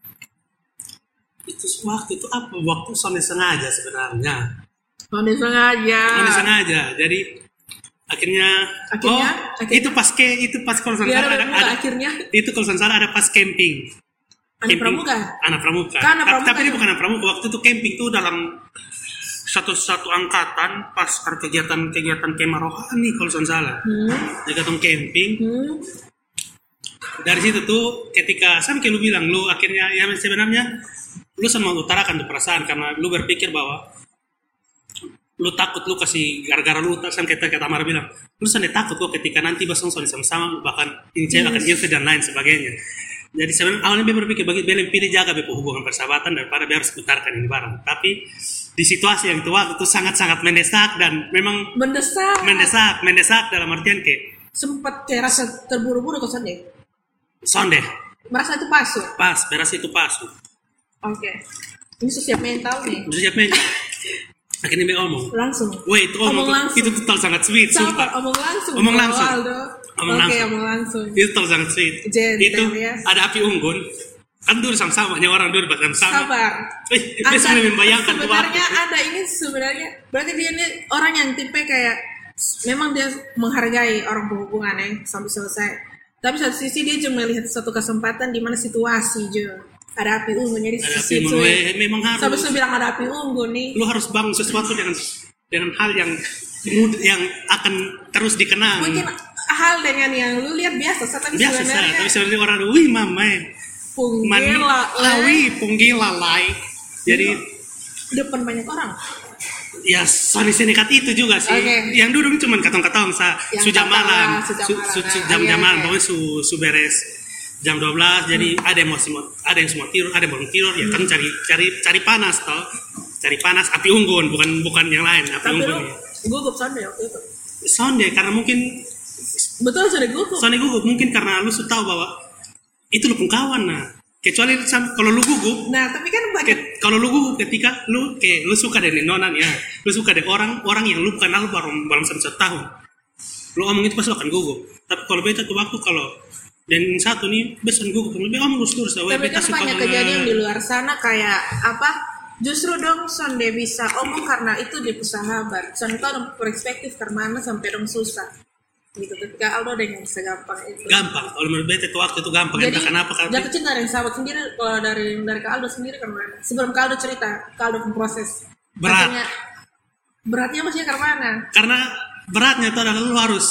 itu waktu itu apa? Waktu Sony sengaja sebenarnya. Sone sengaja. Sony sengaja. Jadi akhirnya, Akhirnya? oh Akhirnya? itu pas ke itu pas kalau Biar salah ada, ada ada akhirnya itu kalau salah ada pas camping. anak Camping. pramuka. Anak pramuka. Kan anak Ta- pramuka Tapi ini ya? bukan anak pramuka. Waktu itu camping tuh dalam satu satu angkatan pas ada kegiatan-kegiatan kemah rohani kalau saya salah. Hmm. Kegiatan camping. Hmm. Dari situ tuh ketika sampai kayak lu bilang lu akhirnya ya sebenarnya lu sama mengutarakan tuh perasaan karena lu berpikir bahwa lu takut lu kasih gara-gara lu tak sampai kata kata Tamara bilang lu sana takut kok ketika nanti basong sama-sama bahkan ini cewek akan ilfil dan lain sebagainya. Jadi sebenarnya awalnya dia berpikir bagi Belen pilih jaga be hubungan persahabatan daripada dia harus putarkan ini bareng. Tapi di situasi yang itu waktu itu sangat-sangat mendesak dan memang Mendesak. mendesak, mendesak dalam artian kayak Sempat kayak rasa terburu-buru kok Sone. sonde Merasa itu pas ya? pas, beras itu pas. Oke. Ini siap mental nih. Siap men. Akhirnya dia ngomong. Langsung. Wait, ngomong, Omong langsung. itu total sangat sweet, Sabar, sumpah. omong langsung. Omong Bro langsung. Aldo. Omong Oke, langsung. omong langsung. Itu total sangat sweet. Gentle, Itu ya. ada api unggun. Kan dulu sama-sama, nya orang dulu sama-sama. Sabar. Eh, dia sudah membayangkan tuh sebenarnya waktu. ada ini sebenarnya berarti dia ini orang yang tipe kayak memang dia menghargai orang berhubungan ya sampai selesai. Tapi satu sisi dia juga melihat suatu kesempatan di mana situasi juga ada api unggun jadi Ada api sisi itu. unggun, eh, memang harus. Sampai saya bilang ada api unggun nih. Lu harus bangun sesuatu dengan dengan hal yang mud- yang akan terus dikenang. Mungkin hal dengan yang lu lihat biasa, tapi Biasa saja, sebenarnya tapi sebenarnya orang, wih mama, mani, punggila, lawi, punggila, lai. Jadi depan banyak orang. ya Sony senekat itu juga sih. Oke. Yang duduk cuma katong-katong sa Yang su jam katong malam, lah, su jam su, malam, su, su nah, jam iya, jam malam, iya. pokoknya su, su beres jam dua belas. Jadi ada yang mau semua, ada yang semua tidur, ada yang belum tidur. Ya kan cari cari cari panas toh, cari panas api unggun, bukan bukan yang lain api Tapi unggun. lu Ya. gugup Sunday waktu itu. Sonde karena mungkin Betul sudah gugup. Sonde gugup mungkin karena lu sudah tahu bahwa itu lu pun kawan nah. Kecuali sam- kalau lu gugup Nah, tapi kan banyak Ke- kalau lu gugup ketika lu kayak lu suka dengan nonan ya, lu suka dengan orang orang yang lu kenal baru baru satu tahun, lu omong itu pasti lu akan gugup. Tapi kalau beta tuh waktu kalau dan satu nih besan gugup, lebih omong terus terus. tapi Beta kan suka banyak banget. kejadian di luar sana kayak apa? Justru dong Sonde bisa omong karena itu dia sahabat. Sonde tahu dong perspektif karena sampai dong susah. Gitu ketika Aldo dengan segampang itu. Gampang. Kalau menurut beta tuh waktu itu gampang. Jadi Entah kenapa karena jatuh cinta dari sahabat sendiri kalau dari dari Kak Aldo sendiri karena sebelum Kak Aldo cerita, Kak Aldo proses Berat. Maksudnya, beratnya maksudnya karena karena beratnya tuh adalah lu harus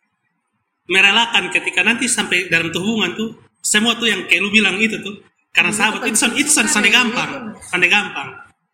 merelakan ketika nanti sampai dalam tuh hubungan tuh semua tuh yang kayak lu bilang itu tuh karena Itu sahabat itu penting itu sangat sekali, gampang, itu. sangat gampang.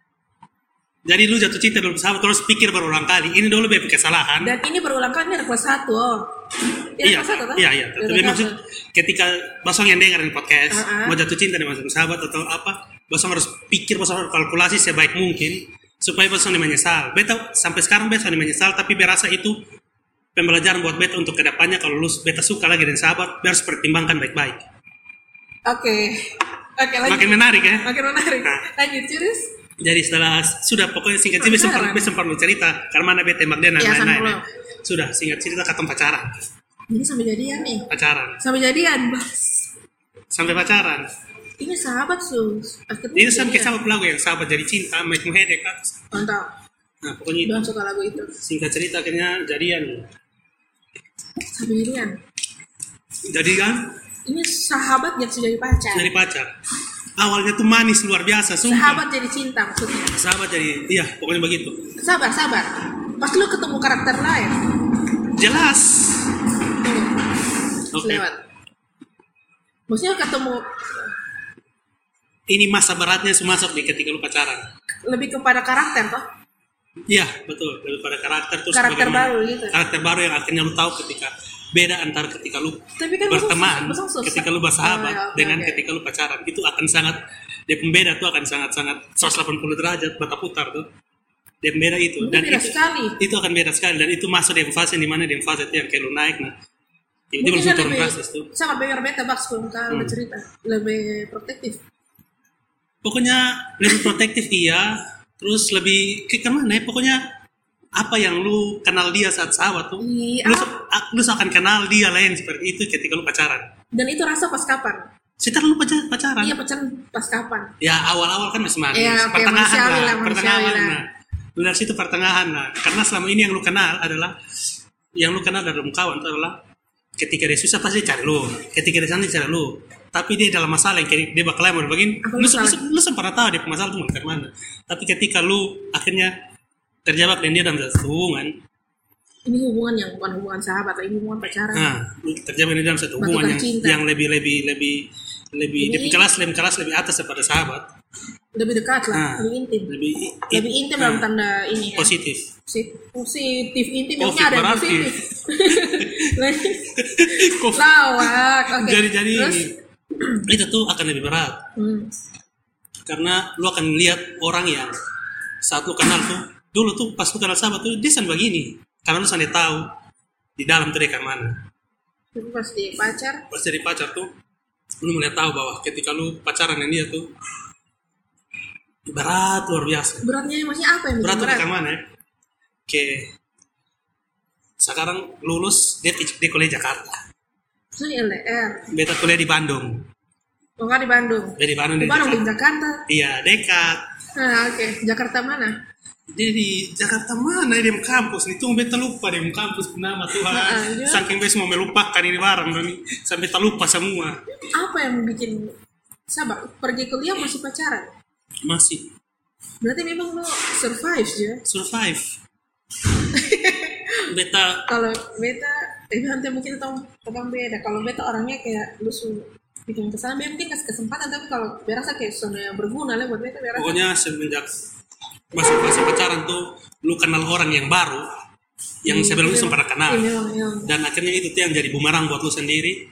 Jadi lu jatuh cinta dalam sahabat terus pikir berulang kali ini dulu beb kesalahan. dan ini berulang kali ini ada kelas satu oh. Ini Iya, kelas satu kan? iya, iya. Ada Tapi kelas maksud satu. ketika Basong yang dengerin podcast Uh-uh. mau jatuh cinta dengan sahabat atau apa, Basong harus pikir, Basong harus kalkulasi sebaik mungkin supaya Basong menyesal. Beta sampai sekarang Beta menyesal, tapi berasa itu pembelajaran buat Beta untuk kedepannya kalau lu Beta suka lagi dengan sahabat, Beta harus pertimbangkan baik-baik. Oke. Oke, lanjut. Makin menarik ya. Makin menarik. Nah. Lanjut, terus. Jadi setelah sudah pokoknya singkat cerita Beta sempat Pacaran. Beta sempat mau cerita karena mana Beta tembak dia dan Iya, lain-lain. sama ya. lo. Sudah singkat cerita katong pacaran, Ini sampai jadian nih. pacaran, Sampai jadian, Bas. sampai pacaran. Ini sahabat, Sus. Akhirnya Ini sampai jadian. sama lagu yang sahabat jadi cinta, make me headache. Mantap. Nah pokoknya itu. Don suka lagu itu. Singkat cerita akhirnya jadian. Sampai jadian. Jadian Ini sahabat yang sudah jadi pacar. dari pacar. Awalnya tuh manis luar biasa, sumpah. Sahabat jadi cinta maksudnya. Sahabat jadi, iya pokoknya begitu. Sabar, sabar. Pas lu ketemu karakter lain. Jelas. Tuh. Oke. Lewat. Maksudnya ketemu Ini masa beratnya masuk nih ketika lu pacaran. lebih kepada karakter toh? Iya betul, daripada karakter terus Karakter bagaimana- baru gitu. Karakter baru yang akhirnya lu tahu ketika beda antara ketika lu Tapi kan berteman, betul- betul- ketika lu bersahabat, Oh, ya, oke, dengan oke. ketika lu pacaran. Itu akan sangat, dia pembeda tuh akan sangat-sangat seratus delapan puluh derajat bata putar tuh. Dia pembeda itu. Itu Dan beda itu, sekali. itu akan beda sekali. Dan itu masuk di fase di mana di fase itu yang kayak lu naik. Nah, dia Mungkin langsung kan turun lebih drastis tuh. sama biar beta baks kalau kalau Hmm. cerita lebih protektif. Pokoknya lebih protektif iya. Terus lebih, kayak kemana ya, pokoknya apa yang lu kenal dia saat sahabat tuh, Iya. lu, lu akan kenal dia lain seperti itu ketika lu pacaran. Dan itu rasa pas kapan? Setelah lu pacar- pacaran, Iya pacaran pas kapan? ya awal-awal kan masih manis, Iya, oke, pertengahan manusiawi lah, lah, manusiawi pertengahan lah. lah. Lu dari situ pertengahan lah, karena selama ini yang lu kenal adalah, yang lu kenal dari kawan itu adalah ketika dia susah pasti dia cari lu, ketika dia santai cari lu. Tapi dia dalam masalah yang kayak dia bakal mau begini, Apa lu, lu, masalah? lu, lu sempat tahu dia masalah tuh mau ke mana. Tapi ketika lu akhirnya terjebak dan dia dalam satu hubungan, Ini hubungan yang bukan hubungan sahabat, ini hubungan pacaran. nah, lu terjebak di dalam satu Batu hubungan yang, cinta. yang lebih lebih lebih lebih Ini- lebih kelas lebih kelas lebih atas daripada sahabat, Lebih dekat lah, Nah, lebih intim. lebih Lebih intim dalam nah, tanda ini ya. positif. Posi- Positif intim Covid memangnya ada yang berarti. positif. Covid. Lawak. Oke. Jadi jadi Terus, itu tuh akan lebih berat hmm. karena lu akan lihat orang yang saat lu kenal tuh dulu tuh pas lu kenal sahabat tuh dia san begini karena lu sampai tahu di dalam tuh dia kayak mana. Tapi pas di pacar, Pas jadi pacar tuh lu mulai tahu bahwa ketika lu pacaran dengan dia tuh berat luar biasa. beratnya maksudnya apa yang bikin Berat tuh berat? kayak mana ya? Kayak sekarang lulus dia dia kuliah Jakarta. Maksudnya L D R. Beta kuliah di Bandung. Oh nggak di Bandung. Dia di Bandung Di di Bandung di Jakarta. Jakarta. Iya dekat. Nah oke, Jakarta mana? Dia di Jakarta mana dia di kampus nih? Tunggu beta lupa dia di kampus nama Tuhan. Ah, iya. Saking beta mau melupakan ini barang nih sampai tak lupa semua. Apa yang bikin sabar? Pergi kuliah masih pacaran? Masih Berarti memang lo survive ya? survive. Beta Kalau beta, eh nanti mungkin tau tentang beda. Kalau beta orangnya kayak lu su bikin kesalahan, beta mungkin kasih kesempatan. Tapi kalau berasa kayak soalnya berguna lah buat beta berasa. pokoknya semenjak masuk fase pacaran tuh lu kenal orang yang baru yang Hmm, sebelumnya iya, sempat pernah kenal. iya, memang, memang. Dan akhirnya itu tuh yang jadi bumerang buat lu sendiri.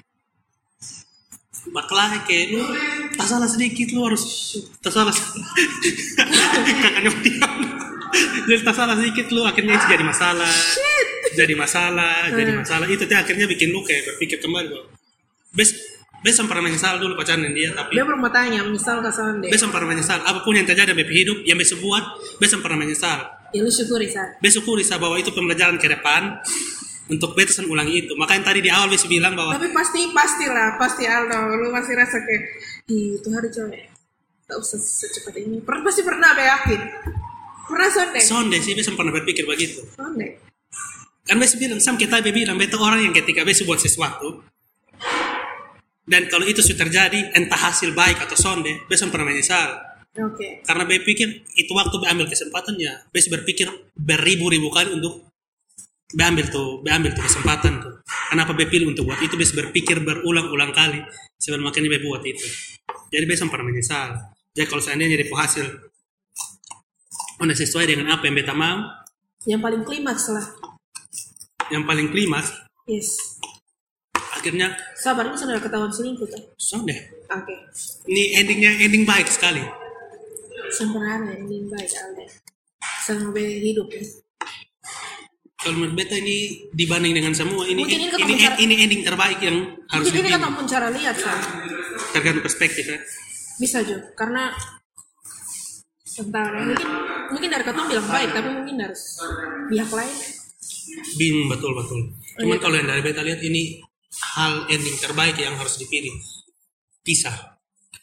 Bakal kayak lu tak salah sedikit lu harus tak salah kakaknya diam. Jadi tak salah sedikit lu akhirnya itu jadi masalah. Jadi masalah, Hmm. jadi masalah. Itu tuh akhirnya bikin lu kayak berpikir kembali bahwa bes bes pernah menyesal dulu pacaran dengan dia tapi Dia pernah tanya, menyesal kesalahan deh. bes pernah menyesal apapun yang terjadi dalam hidup yang bes buat bes pernah menyesal. Ya lu syukuri saat. Bes syukuri sah bahwa itu pembelajaran ke depan untuk bes ulangi itu. Makanya tadi di awal bes bilang bahwa Tapi pasti pasti lah, pasti Aldo. Lu masih rasa kayak "Ih, itu hari cowok. Tak usah secepat ini. Pernah pasti pernah ada yakin. Pernah sonde. sonde sih bes pernah berpikir begitu. Sonde. Kan bes bilang sam kita bes bilang beta orang yang ketika bes buat sesuatu dan kalau itu sudah terjadi entah hasil baik atau sonde bes pernah menyesal. Oke. Karena bes pikir itu waktu bes ambil kesempatannya bes berpikir beribu-ribu kali untuk bes ambil tuh bes ambil tuh kesempatan tuh. Kenapa bes pilih untuk buat itu bes berpikir berulang-ulang kali sebelum makanya bes buat itu. Jadi bes pernah menyesal. Jadi kalau seandainya jadi hasil udah sesuai dengan apa yang beta mau, Yang paling klimaks lah. yang paling klimaks Yes. akhirnya Sabar ini sudah ketahuan selingkuh kan? sonde. Oke. Ini endingnya ending baik sekali. Sempurna ini baik Alde. Sama be hidup ya. Kalau menurut beta ini dibanding dengan semua ini Mungkin ini ini, ketemu ini, cara- ini ending terbaik yang harus Mungkin ini kan dipilih. pun cara lihat Sa. Tergantung perspektif ya. Bisa juga karena entah mungkin mungkin dari ketemu bilang baik tapi mungkin dari pihak lain Bingung betul betul. Cuman kalau yang dari beta lihat ini hal ending terbaik yang harus dipilih. Pisah.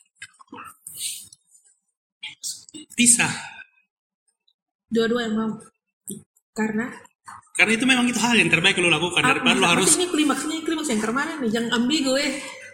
Pisah. dua-dua yang mau karena Karena itu memang itu hal yang terbaik yang lo lakukan daripada lo Apa- harus ini klimaksnya klimaks yang kemana nih jangan ambigu eh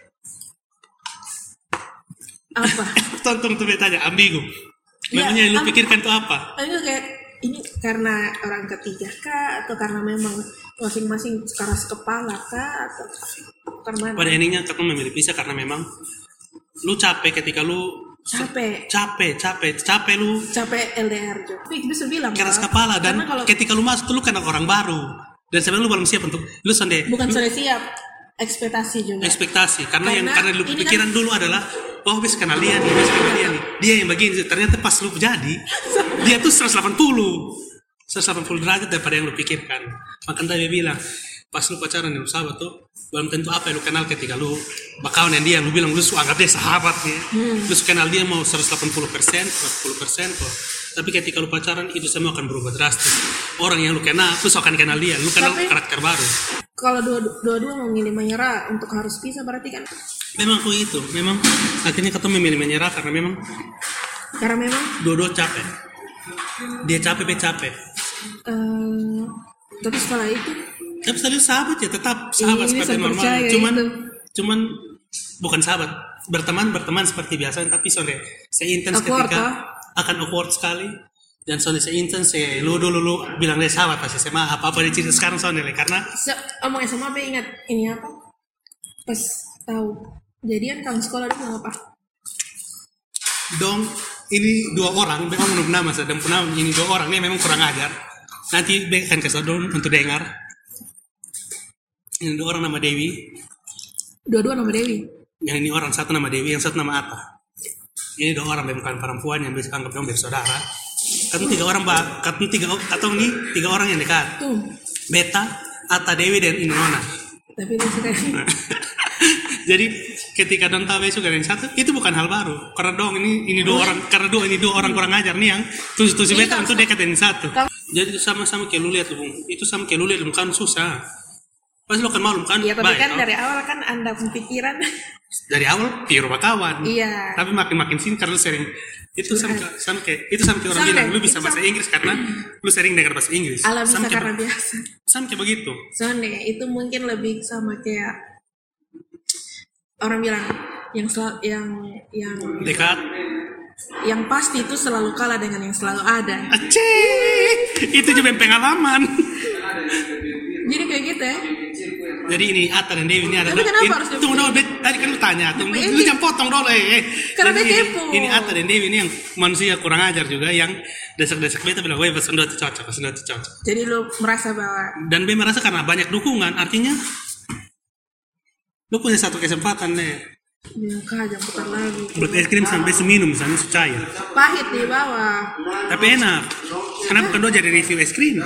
apa tonton tuh betanya ambigu. Ya, Memangnya yang lu am- pikirkan itu apa? Ayo kayak ini karena orang ketiga kah atau karena memang masing-masing keras kepala kah atau karena Pada endingnya ketemu memilih pisah karena memang lu capek ketika lu capek capek capek capek lu capek L D R juga. Tapi bisa bilang keras Pak, kepala dan karena kalau ketika lu masuk tuh lu kenal orang baru Dan sebenarnya lu belum siap untuk lu sonde. Bukan sudah siap, ekspektasi juga. Ekspektasi karena, Karena yang karena lu ini pikiran kan- dulu adalah wah bis kenal dia nih, bis kenal dia nih. Dia yang begini, ternyata pas lu jadi dia tuh seratus delapan puluh derajat daripada yang lu pikirkan. Makanya dia bilang pas lu pacaran dengan sahabat tuh belum tentu apa yang lu kenal ketika lu bakalan dengan dia. Lu bilang lu su anggap dia sahabat nih, hmm. lu su kenal dia mau seratus delapan puluh persen, seratus sepuluh persen kok. Tapi ketika lu pacaran itu semua akan berubah drastis. Orang yang lu kenal, lu akan kenal dia, lu kenal Tapi, karakter baru. Kalau dua-dua memilih menyerah untuk harus pisah berarti kan? Memang aku itu, memang akhirnya ketemu memilih menyerah karena memang Karena memang dua-dua capek. Dia capek, dia capek. Uh, tapi setelah itu tapi selalu sahabat ya, tetap sahabat ini seperti normal. Cuman itu. cuman bukan sahabat, berteman berteman seperti biasa, tapi sore seintens ketika akan awkward sekali dan sore seintens se lu dulu lu bilang dia sahabat pasti sama apa apa dia cerita sekarang sore karena Se omong sama apa ingat ini apa pas tahu jadian kamu sekolah dulu apa dong ini dua orang memang menurut nama saya dan pernah ini dua orang ini memang kurang ajar. Nanti akan kasih tahu untuk dengar. Ini dua orang nama Dewi. Dua-dua nama Dewi. Yang ini orang satu nama Dewi, yang satu nama Atta. Ini dua orang bukan perempuan yang bisa anggap yang bersaudara. Kami tiga orang mbak, kami tiga atau ini tiga orang yang dekat. Tuh. Beta, Atta, Dewi dan ini Nona. Tapi itu suka. Jadi ketika Don tahu besok yang satu itu bukan hal baru. Karena dong ini ini dua orang, karena dua ini dua orang kurang ajar nih yang tujuh-tujuh beta untuk dekat dengan satu. Jadi itu sama-sama kayak lu lihat lu, itu sama kayak lu lihat lu kan susah. Pasti lo kan malu kan? Iya, tapi baik, kan oh. dari awal kan Anda pemikiran. Dari awal piro kawan. Iya. Tapi makin-makin sini karena lu sering itu sama sama kayak itu sama kayak orang sama bilang lu kayak, bisa bahasa Inggris karena lu sering dengar bahasa Inggris. Alam bisa sama karena kayak, biasa. Sama kayak begitu. Soalnya itu mungkin lebih sama kayak orang bilang yang sel yang yang dekat. Yang pasti itu selalu kalah dengan yang selalu ada. Aceh, itu juga pengalaman. Jadi kayak gitu ya. Jadi ini Atta dan Dewi ini ada. Tapi kenapa ini, harus tunggu dulu, tadi kan lu tanya, tunggu, lu jangan potong dulu, eh. eh. Karena Jadi dia ini, kepo. ini Atta dan Dewi ini yang manusia kurang ajar juga, yang desak-desak beta bilang, weh pesan dua itu cocok, pesan dua itu cocok. Jadi lu merasa bahwa Dan B merasa karena banyak dukungan, artinya lu punya satu kesempatan nih. dia kajang putar lagi. Buat es krim sampai seminum misalnya cair. Pahit di bawah. Tapi enak. Kenapa kedua jadi review es krim?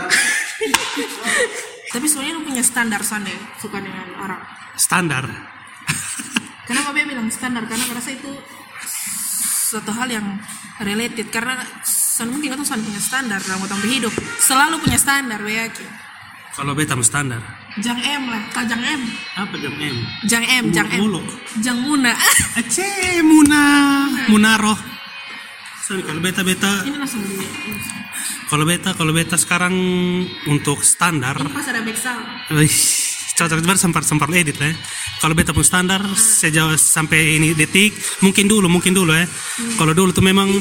Tapi sebenarnya lu punya standar Sande suka dengan orang. Standar. Kenapa dia bilang standar? Karena merasa itu suatu hal yang related. Karena Sande mungkin itu Sande punya standar dalam utang hidup. Selalu punya standar, gue yakin. Kalau beta mau standar. Jang M lah, kau Jang M. Apa jam M? Jang M, Jang M. Muluk. Jang Muna. Aceh, Muna, Munaro. Sorry, kalau beta beta. Ini langsung dulu. Kalau beta, kalau beta sekarang untuk standar. Ini pas ada backsound. Wih, cocok banget sempat sempat edit lah. Ya. Kalau beta pun standar sejauh sampai ini detik, mungkin dulu, mungkin dulu ya. Hmm. Kalau dulu tuh memang.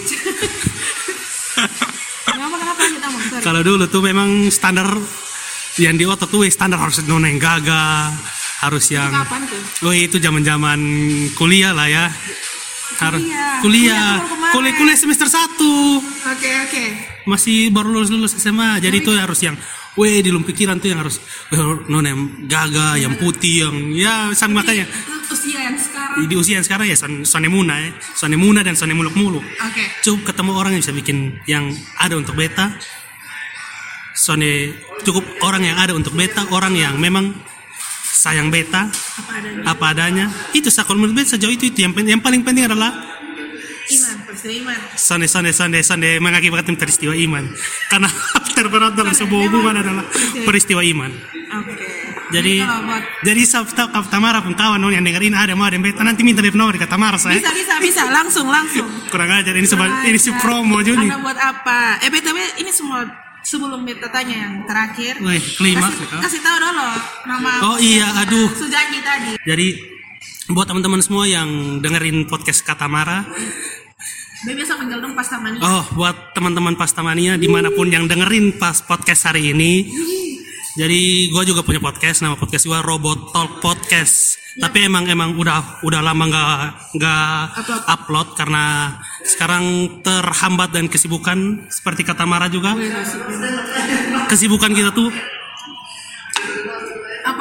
Kenapa kenapa kita mau? Kalau dulu tuh memang standar yang di otak tuh standar harus nona yang gagah, harus yang. Kapan tuh? Oh itu zaman-zaman kuliah lah ya. Harus Kuliah. kuliah, Kuliah, kuliah, kuliah semester satu. Oke oke. Masih baru lulus lulus S M A, jadi itu harus yang, weh di dalam pikiran tuh yang harus nona yang gagah, yang putih, yang ya sama makanya. Usia yang sekarang. Di usia yang sekarang ya son sonemuna ya, sonemuna dan sonemuluk-muluk. Oke. Cukup ketemu orang yang bisa bikin yang ada untuk beta. Sone cukup orang yang ada untuk beta, orang yang memang sayang beta Apa adanya. apa adanya. Itu sakol menurut beta sejauh itu itu yang, yang paling penting adalah Iman, peristiwa iman. Sone sone sone sone mengakibatkan peristiwa iman. Karena terberat dalam sebuah hubungan adalah peristiwa iman. Oke. Jadi jadi sabta Tamara pun kawan yang dengerin ada mau ada beta nanti minta beta nomor di Tamara saya. Bisa bisa bisa langsung langsung. Kurang ajar ini sebab ini si promo juga. Anda buat apa? Eh btw ini semua sebelum beta tanya yang terakhir. Wih, klimaks kasih, ya. kasih tahu dulu nama. Oh iya, aduh. Sujanji tadi. Jadi buat teman-teman semua yang dengerin podcast Katamara. Dia biasa manggil dong Pastamania. Oh, buat teman-teman Pastamania dimanapun yang dengerin pas podcast hari ini. Jadi gue juga punya podcast, nama podcast gue Robot Talk Podcast. Ya. Tapi emang emang udah udah lama nggak nggak upload. upload karena sekarang terhambat dan kesibukan seperti kata Mara juga. Kesibukan kita tuh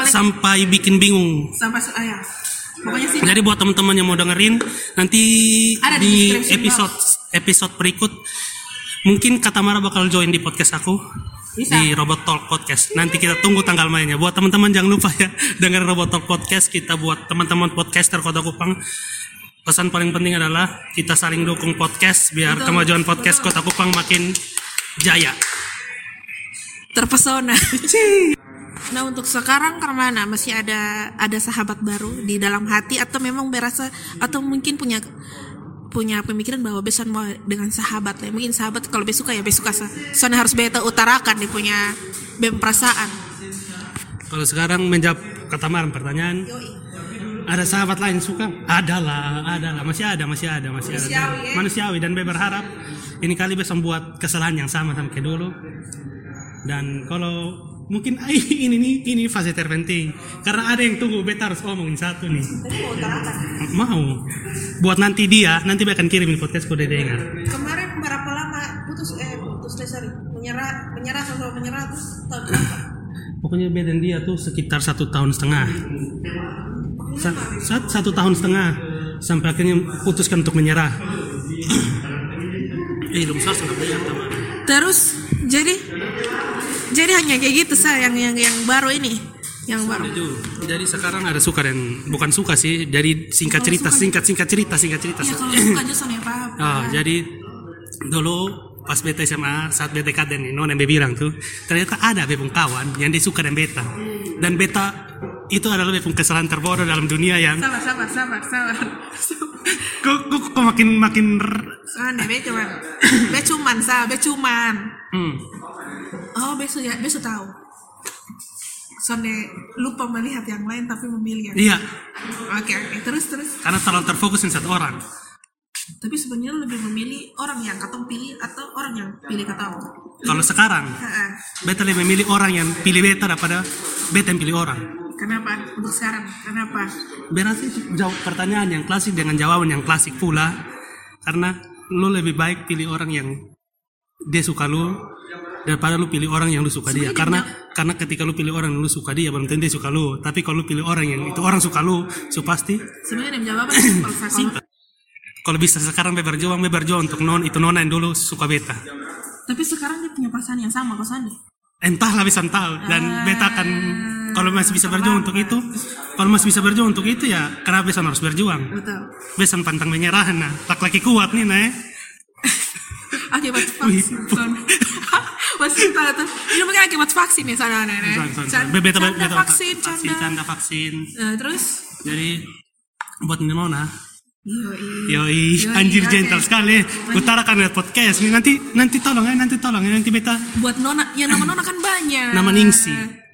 lagi. Sampai bikin bingung. Sampai su- ah, ya. Pokoknya sih. Jadi buat teman-teman yang mau dengerin nanti Ada di di description episode episode berikut mungkin Kak Tamara bakal join di podcast aku. Bisa. Di Robot Talk Podcast. Nanti kita tunggu tanggal mainnya. Buat teman-teman jangan lupa ya dengerin Robot Talk Podcast. Kita buat teman-teman podcaster Kota Kupang. Pesan paling penting adalah kita saling dukung podcast biar Betul, kemajuan podcast betul. Kota Kupang makin jaya. Terpesona. Nah untuk sekarang kemana? Masih ada ada sahabat baru di dalam hati atau memang berasa atau mungkin punya punya pemikiran bahwa besan mau dengan sahabat ya mungkin sahabat kalau besuka ya besuka sa soalnya harus beta utarakan dia punya bem perasaan. Kalau sekarang menjawab Kak Tamara pertanyaan, ada sahabat lain suka? Adalah, adalah, masih ada, masih ada, masih ada. Manusiawi, ya? Manusiawi dan be berharap ini kali bisa membuat kesalahan yang sama sama kayak dulu. Dan kalau mungkin ini nih ini fase terpenting karena ada yang tunggu beta harus ngomongin satu nih. Mau buat nanti dia nanti akan kirimin podcast kode dengar. Kemarin berapa lama putus eh putus deh sorry menyerah menyerah sama menyerah terus tahun berapa? Pokoknya beda dan dia tuh sekitar satu tahun setengah. Sa- sa- satu tahun setengah sampai akhirnya putuskan untuk menyerah. Eh, belum selesai lihat teman. Terus jadi jadi hanya kayak gitu saya yang yang yang baru ini yang baru. Itu. Jadi sekarang ada suka dan bukan suka sih. Jadi singkat Kalau cerita, suka- singkat singkat cerita, singkat cerita. Ya kalau suka aja soalnya apa? Ah, jadi dulu pas beta S M A saat beta kaden nih, non yang beta bilang tuh ternyata ada bepung kawan yang dia suka dan beta dan beta itu adalah bepung kesalahan terbodoh dalam dunia yang Sabar sabar sabar sabar. kok kok, kok makin makin Soalnya be cuman be cuman sa be cuman. hmm. Oh besok ya besok tahu. Soalnya lupa melihat yang lain tapi memilih yang. Iya, Oke oke terus terus. karena terlalu terfokusin satu orang. Tapi sebenarnya lebih memilih orang yang katong pilih atau orang yang pilih katong. Kalau sekarang Heeh. beta lebih memilih orang yang pilih beta daripada beta yang pilih orang. Kenapa untuk sekarang? Kenapa? Berarti itu jawab pertanyaan yang klasik dengan jawaban yang klasik pula. Karena lu lebih baik pilih orang yang dia suka lu daripada lu pilih orang yang lu suka dia. Sebenarnya Karena karena ketika lu pilih orang yang lu suka dia belum tentu dia suka lu. Tapi kalau lu pilih orang yang itu orang suka lu, so pasti Sebenarnya jawaban simpel sa kalau simpel. Kalau bisa sekarang be berjuang, be berjuang untuk non itu nona yang dulu suka beta. tapi sekarang dia punya perasaan yang sama kok Sandi. Entahlah bisa tahu dan beta akan kalau masih bisa berjuang untuk itu, kalau masih bisa berjuang untuk itu ya kenapa besan harus berjuang? Betul. Besan pantang menyerah nah, laki-laki kuat nih nah. Akibat vaksin. Masih tahu tuh. Ini mungkin akibat vaksin nih sana nenek. Son, son, son. Canda, Be- beta- canda beta- vaksin, vaksin, canda. canda vaksin. Nah, terus? Jadi buat nona, Yoi. yoi, Yoi, anjir oke. gentle sekali. Utarakan lihat podcast nih nanti nanti tolong ya nanti tolong ya nanti beta Buat nona, ya nama nona kan banyak. nama Ningsi.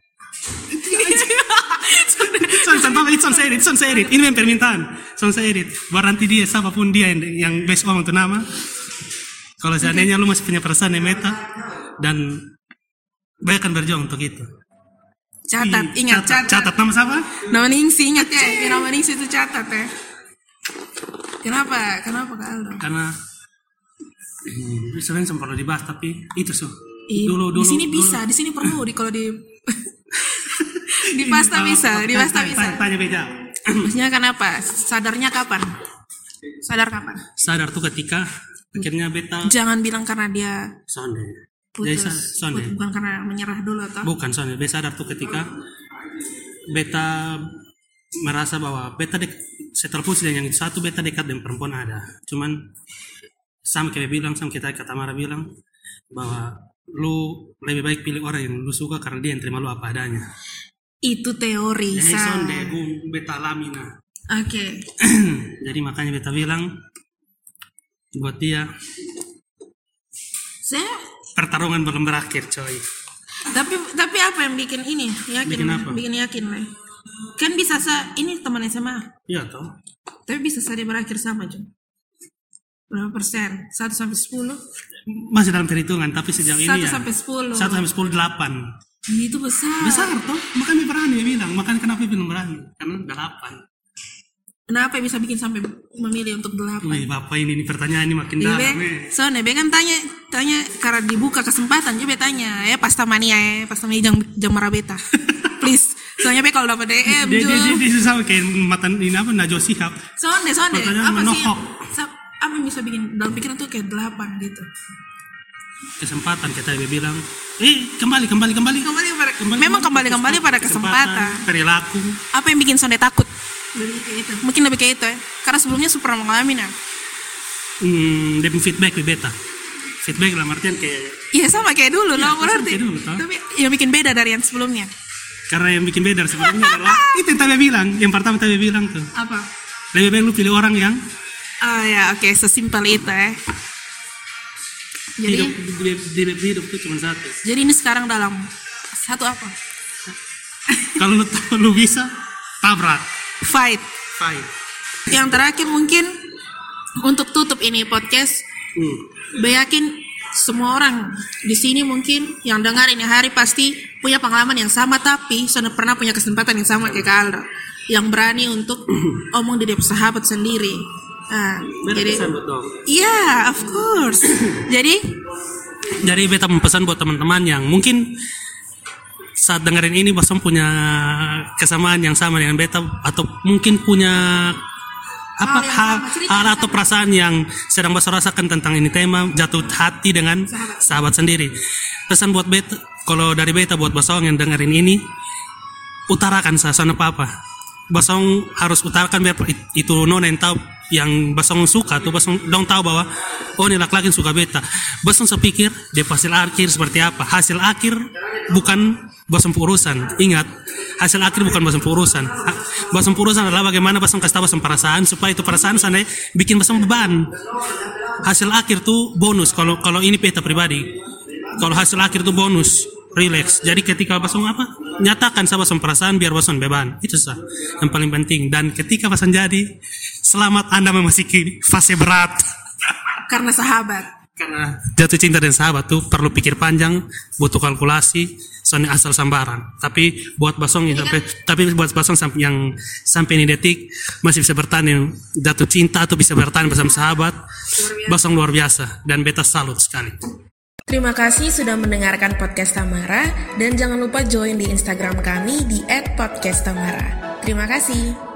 Son, son, papa, son saya edit, son saya edit. Ini yang permintaan. Son saya edit. Buat nanti dia, siapapun dia yang, yang best om untuk nama. Kalau seandainya lu masih punya perasaan yang meta dan banyak akan berjuang untuk itu. Catat, Ih, ingat catat. Catat nama siapa? Nama Ningsi, ingat ya. Ya, nama Ningsi itu catat ya. Kenapa? Kenapa Kak Aldo? Karena hmm, sebenarnya sempat perlu dibahas tapi itu so. Ih, Dulu dulu. di sini dulu. bisa, di sini perlu di kalau di di pasta bisa, di pasta Tanya- bisa. Tanya, tanya beda. Maksudnya kenapa? Sadarnya kapan? Sadar kapan? Sadar tuh ketika akhirnya beta Jangan bilang karena dia sonde. Jadi putus, sa- sonde. bukan karena menyerah dulu atau? Bukan sonde, beta sadar tuh ketika beta merasa bahwa beta dek, setelah putus dan yang itu satu beta dekat dengan perempuan ada. Cuman sama kayak bilang, sama kita kata Tamara bilang bahwa lu lebih baik pilih orang yang lu suka karena dia yang terima lu apa adanya. Itu teori. Jadi Sa. sonde, bum, beta alami nah. Oke. Jadi makanya beta bilang buat dia Saya pertarungan belum berakhir coy. tapi tapi apa yang bikin ini? Yakin Bikin apa? bikin yakin lah. Kan bisa sa ini teman S M A. Iya toh. Tapi bisa saja berakhir sama, Jom. Berapa persen? satu sampai sepuluh? Masih dalam perhitungan tapi sejauh ini satu ya sampai sepuluh. satu sampai sepuluh delapan. Itu besar. Besar toh. Makanya berani dia bilang. Makanya kenapa dia bilang berani? Karena delapan. Kenapa bisa bikin sampai memilih untuk delapan? Wih bapak ini, ini pertanyaan ini makin Iya, dalam. Be. eh. Soalnya Be kan tanya tanya karena dibuka kesempatan juga tanya ya pasta mania ya pasta mania jang jang marah beta. Please Soalnya be kalau dapat D M Dia Ju. dia dia, dia sama kayak matan ini apa Najwa Shihab. Sonde, sonde. Pertanyaan Apa sih? menohok. Sa- Apa yang bisa bikin dalam pikiran tuh kayak delapan gitu. Kesempatan kita dia bilang, eh kembali kembali kembali. Kembali pada, memang kembali kembali pada kesempatan. Perilaku. Apa yang bikin sonde takut? Lebih kayak itu. Mungkin lebih kayak itu ya. Karena sebelumnya super mengalami nah. Hmm, dia feedback di beta. Feedback dalam artian kayak. Iya sama kayak dulu, Ya, no sama berarti. kayak dulu, toh. Tapi yang bikin beda dari yang sebelumnya. Karena yang bikin beda sebelumnya adalah itu yang tadi bilang, yang pertama tadi bilang tuh. Apa? Lebih baik lu pilih orang yang Oh ya, oke, sesimpel itu ya. Jadi, hidup di, di, di hidup tuh cuma satu. jadi ini sekarang dalam satu apa? Kalau lu tahu lu bisa tabrak, Fight. fight. Yang terakhir mungkin untuk tutup ini podcast, Hmm. Be yakin semua orang di sini mungkin yang dengar ini hari pasti punya pengalaman yang sama, tapi sudah pernah punya kesempatan yang sama kayak Kak Aldo, yang berani untuk omong di depan sahabat sendiri. Nah, jadi iya, of course. Jadi Jadi beta mempesan buat teman-teman yang mungkin saat dengerin ini bosan punya kesamaan yang sama dengan beta atau mungkin punya apa Hal yang hal, sama, cerita hal yang atau perasaan yang sedang bosan rasakan tentang ini tema jatuh hati dengan Sahabat. sahabat sendiri. Pesan buat beta, kalau dari beta buat bosong yang dengerin ini, utarakan sana apa-apa. Basong harus utarakan biar itu nona yang tahu yang basong suka tuh basong dong tahu bahwa oh ini laki-laki suka beta. Basong sepikir dia hasil akhir seperti apa. Hasil akhir bukan basong urusan. Ingat, hasil akhir bukan basong urusan. Basong urusan adalah bagaimana basong kasih tahu basong perasaan supaya itu perasaan sana bikin basong beban. Hasil akhir tuh bonus kalau kalau ini beta pribadi. Kalau hasil akhir tuh bonus. Relax. Jadi ketika basong apa? Nyatakan sama basong perasaan biar basong beban. Itu sah. Yang paling penting. Dan ketika basong jadi, selamat Anda memasuki fase berat. karena sahabat. Karena jatuh cinta dan sahabat tuh perlu pikir panjang, butuh kalkulasi, soalnya asal sambaran. Tapi buat basong yang sampai, tapi buat basong sampai yang sampai ini detik masih bisa bertahan yang jatuh cinta atau bisa bertahan bersama sahabat, basong luar biasa dan beta salut sekali. Terima kasih sudah mendengarkan podcast Tamara dan jangan lupa join di Instagram kami di et podcast tamara. Terima kasih.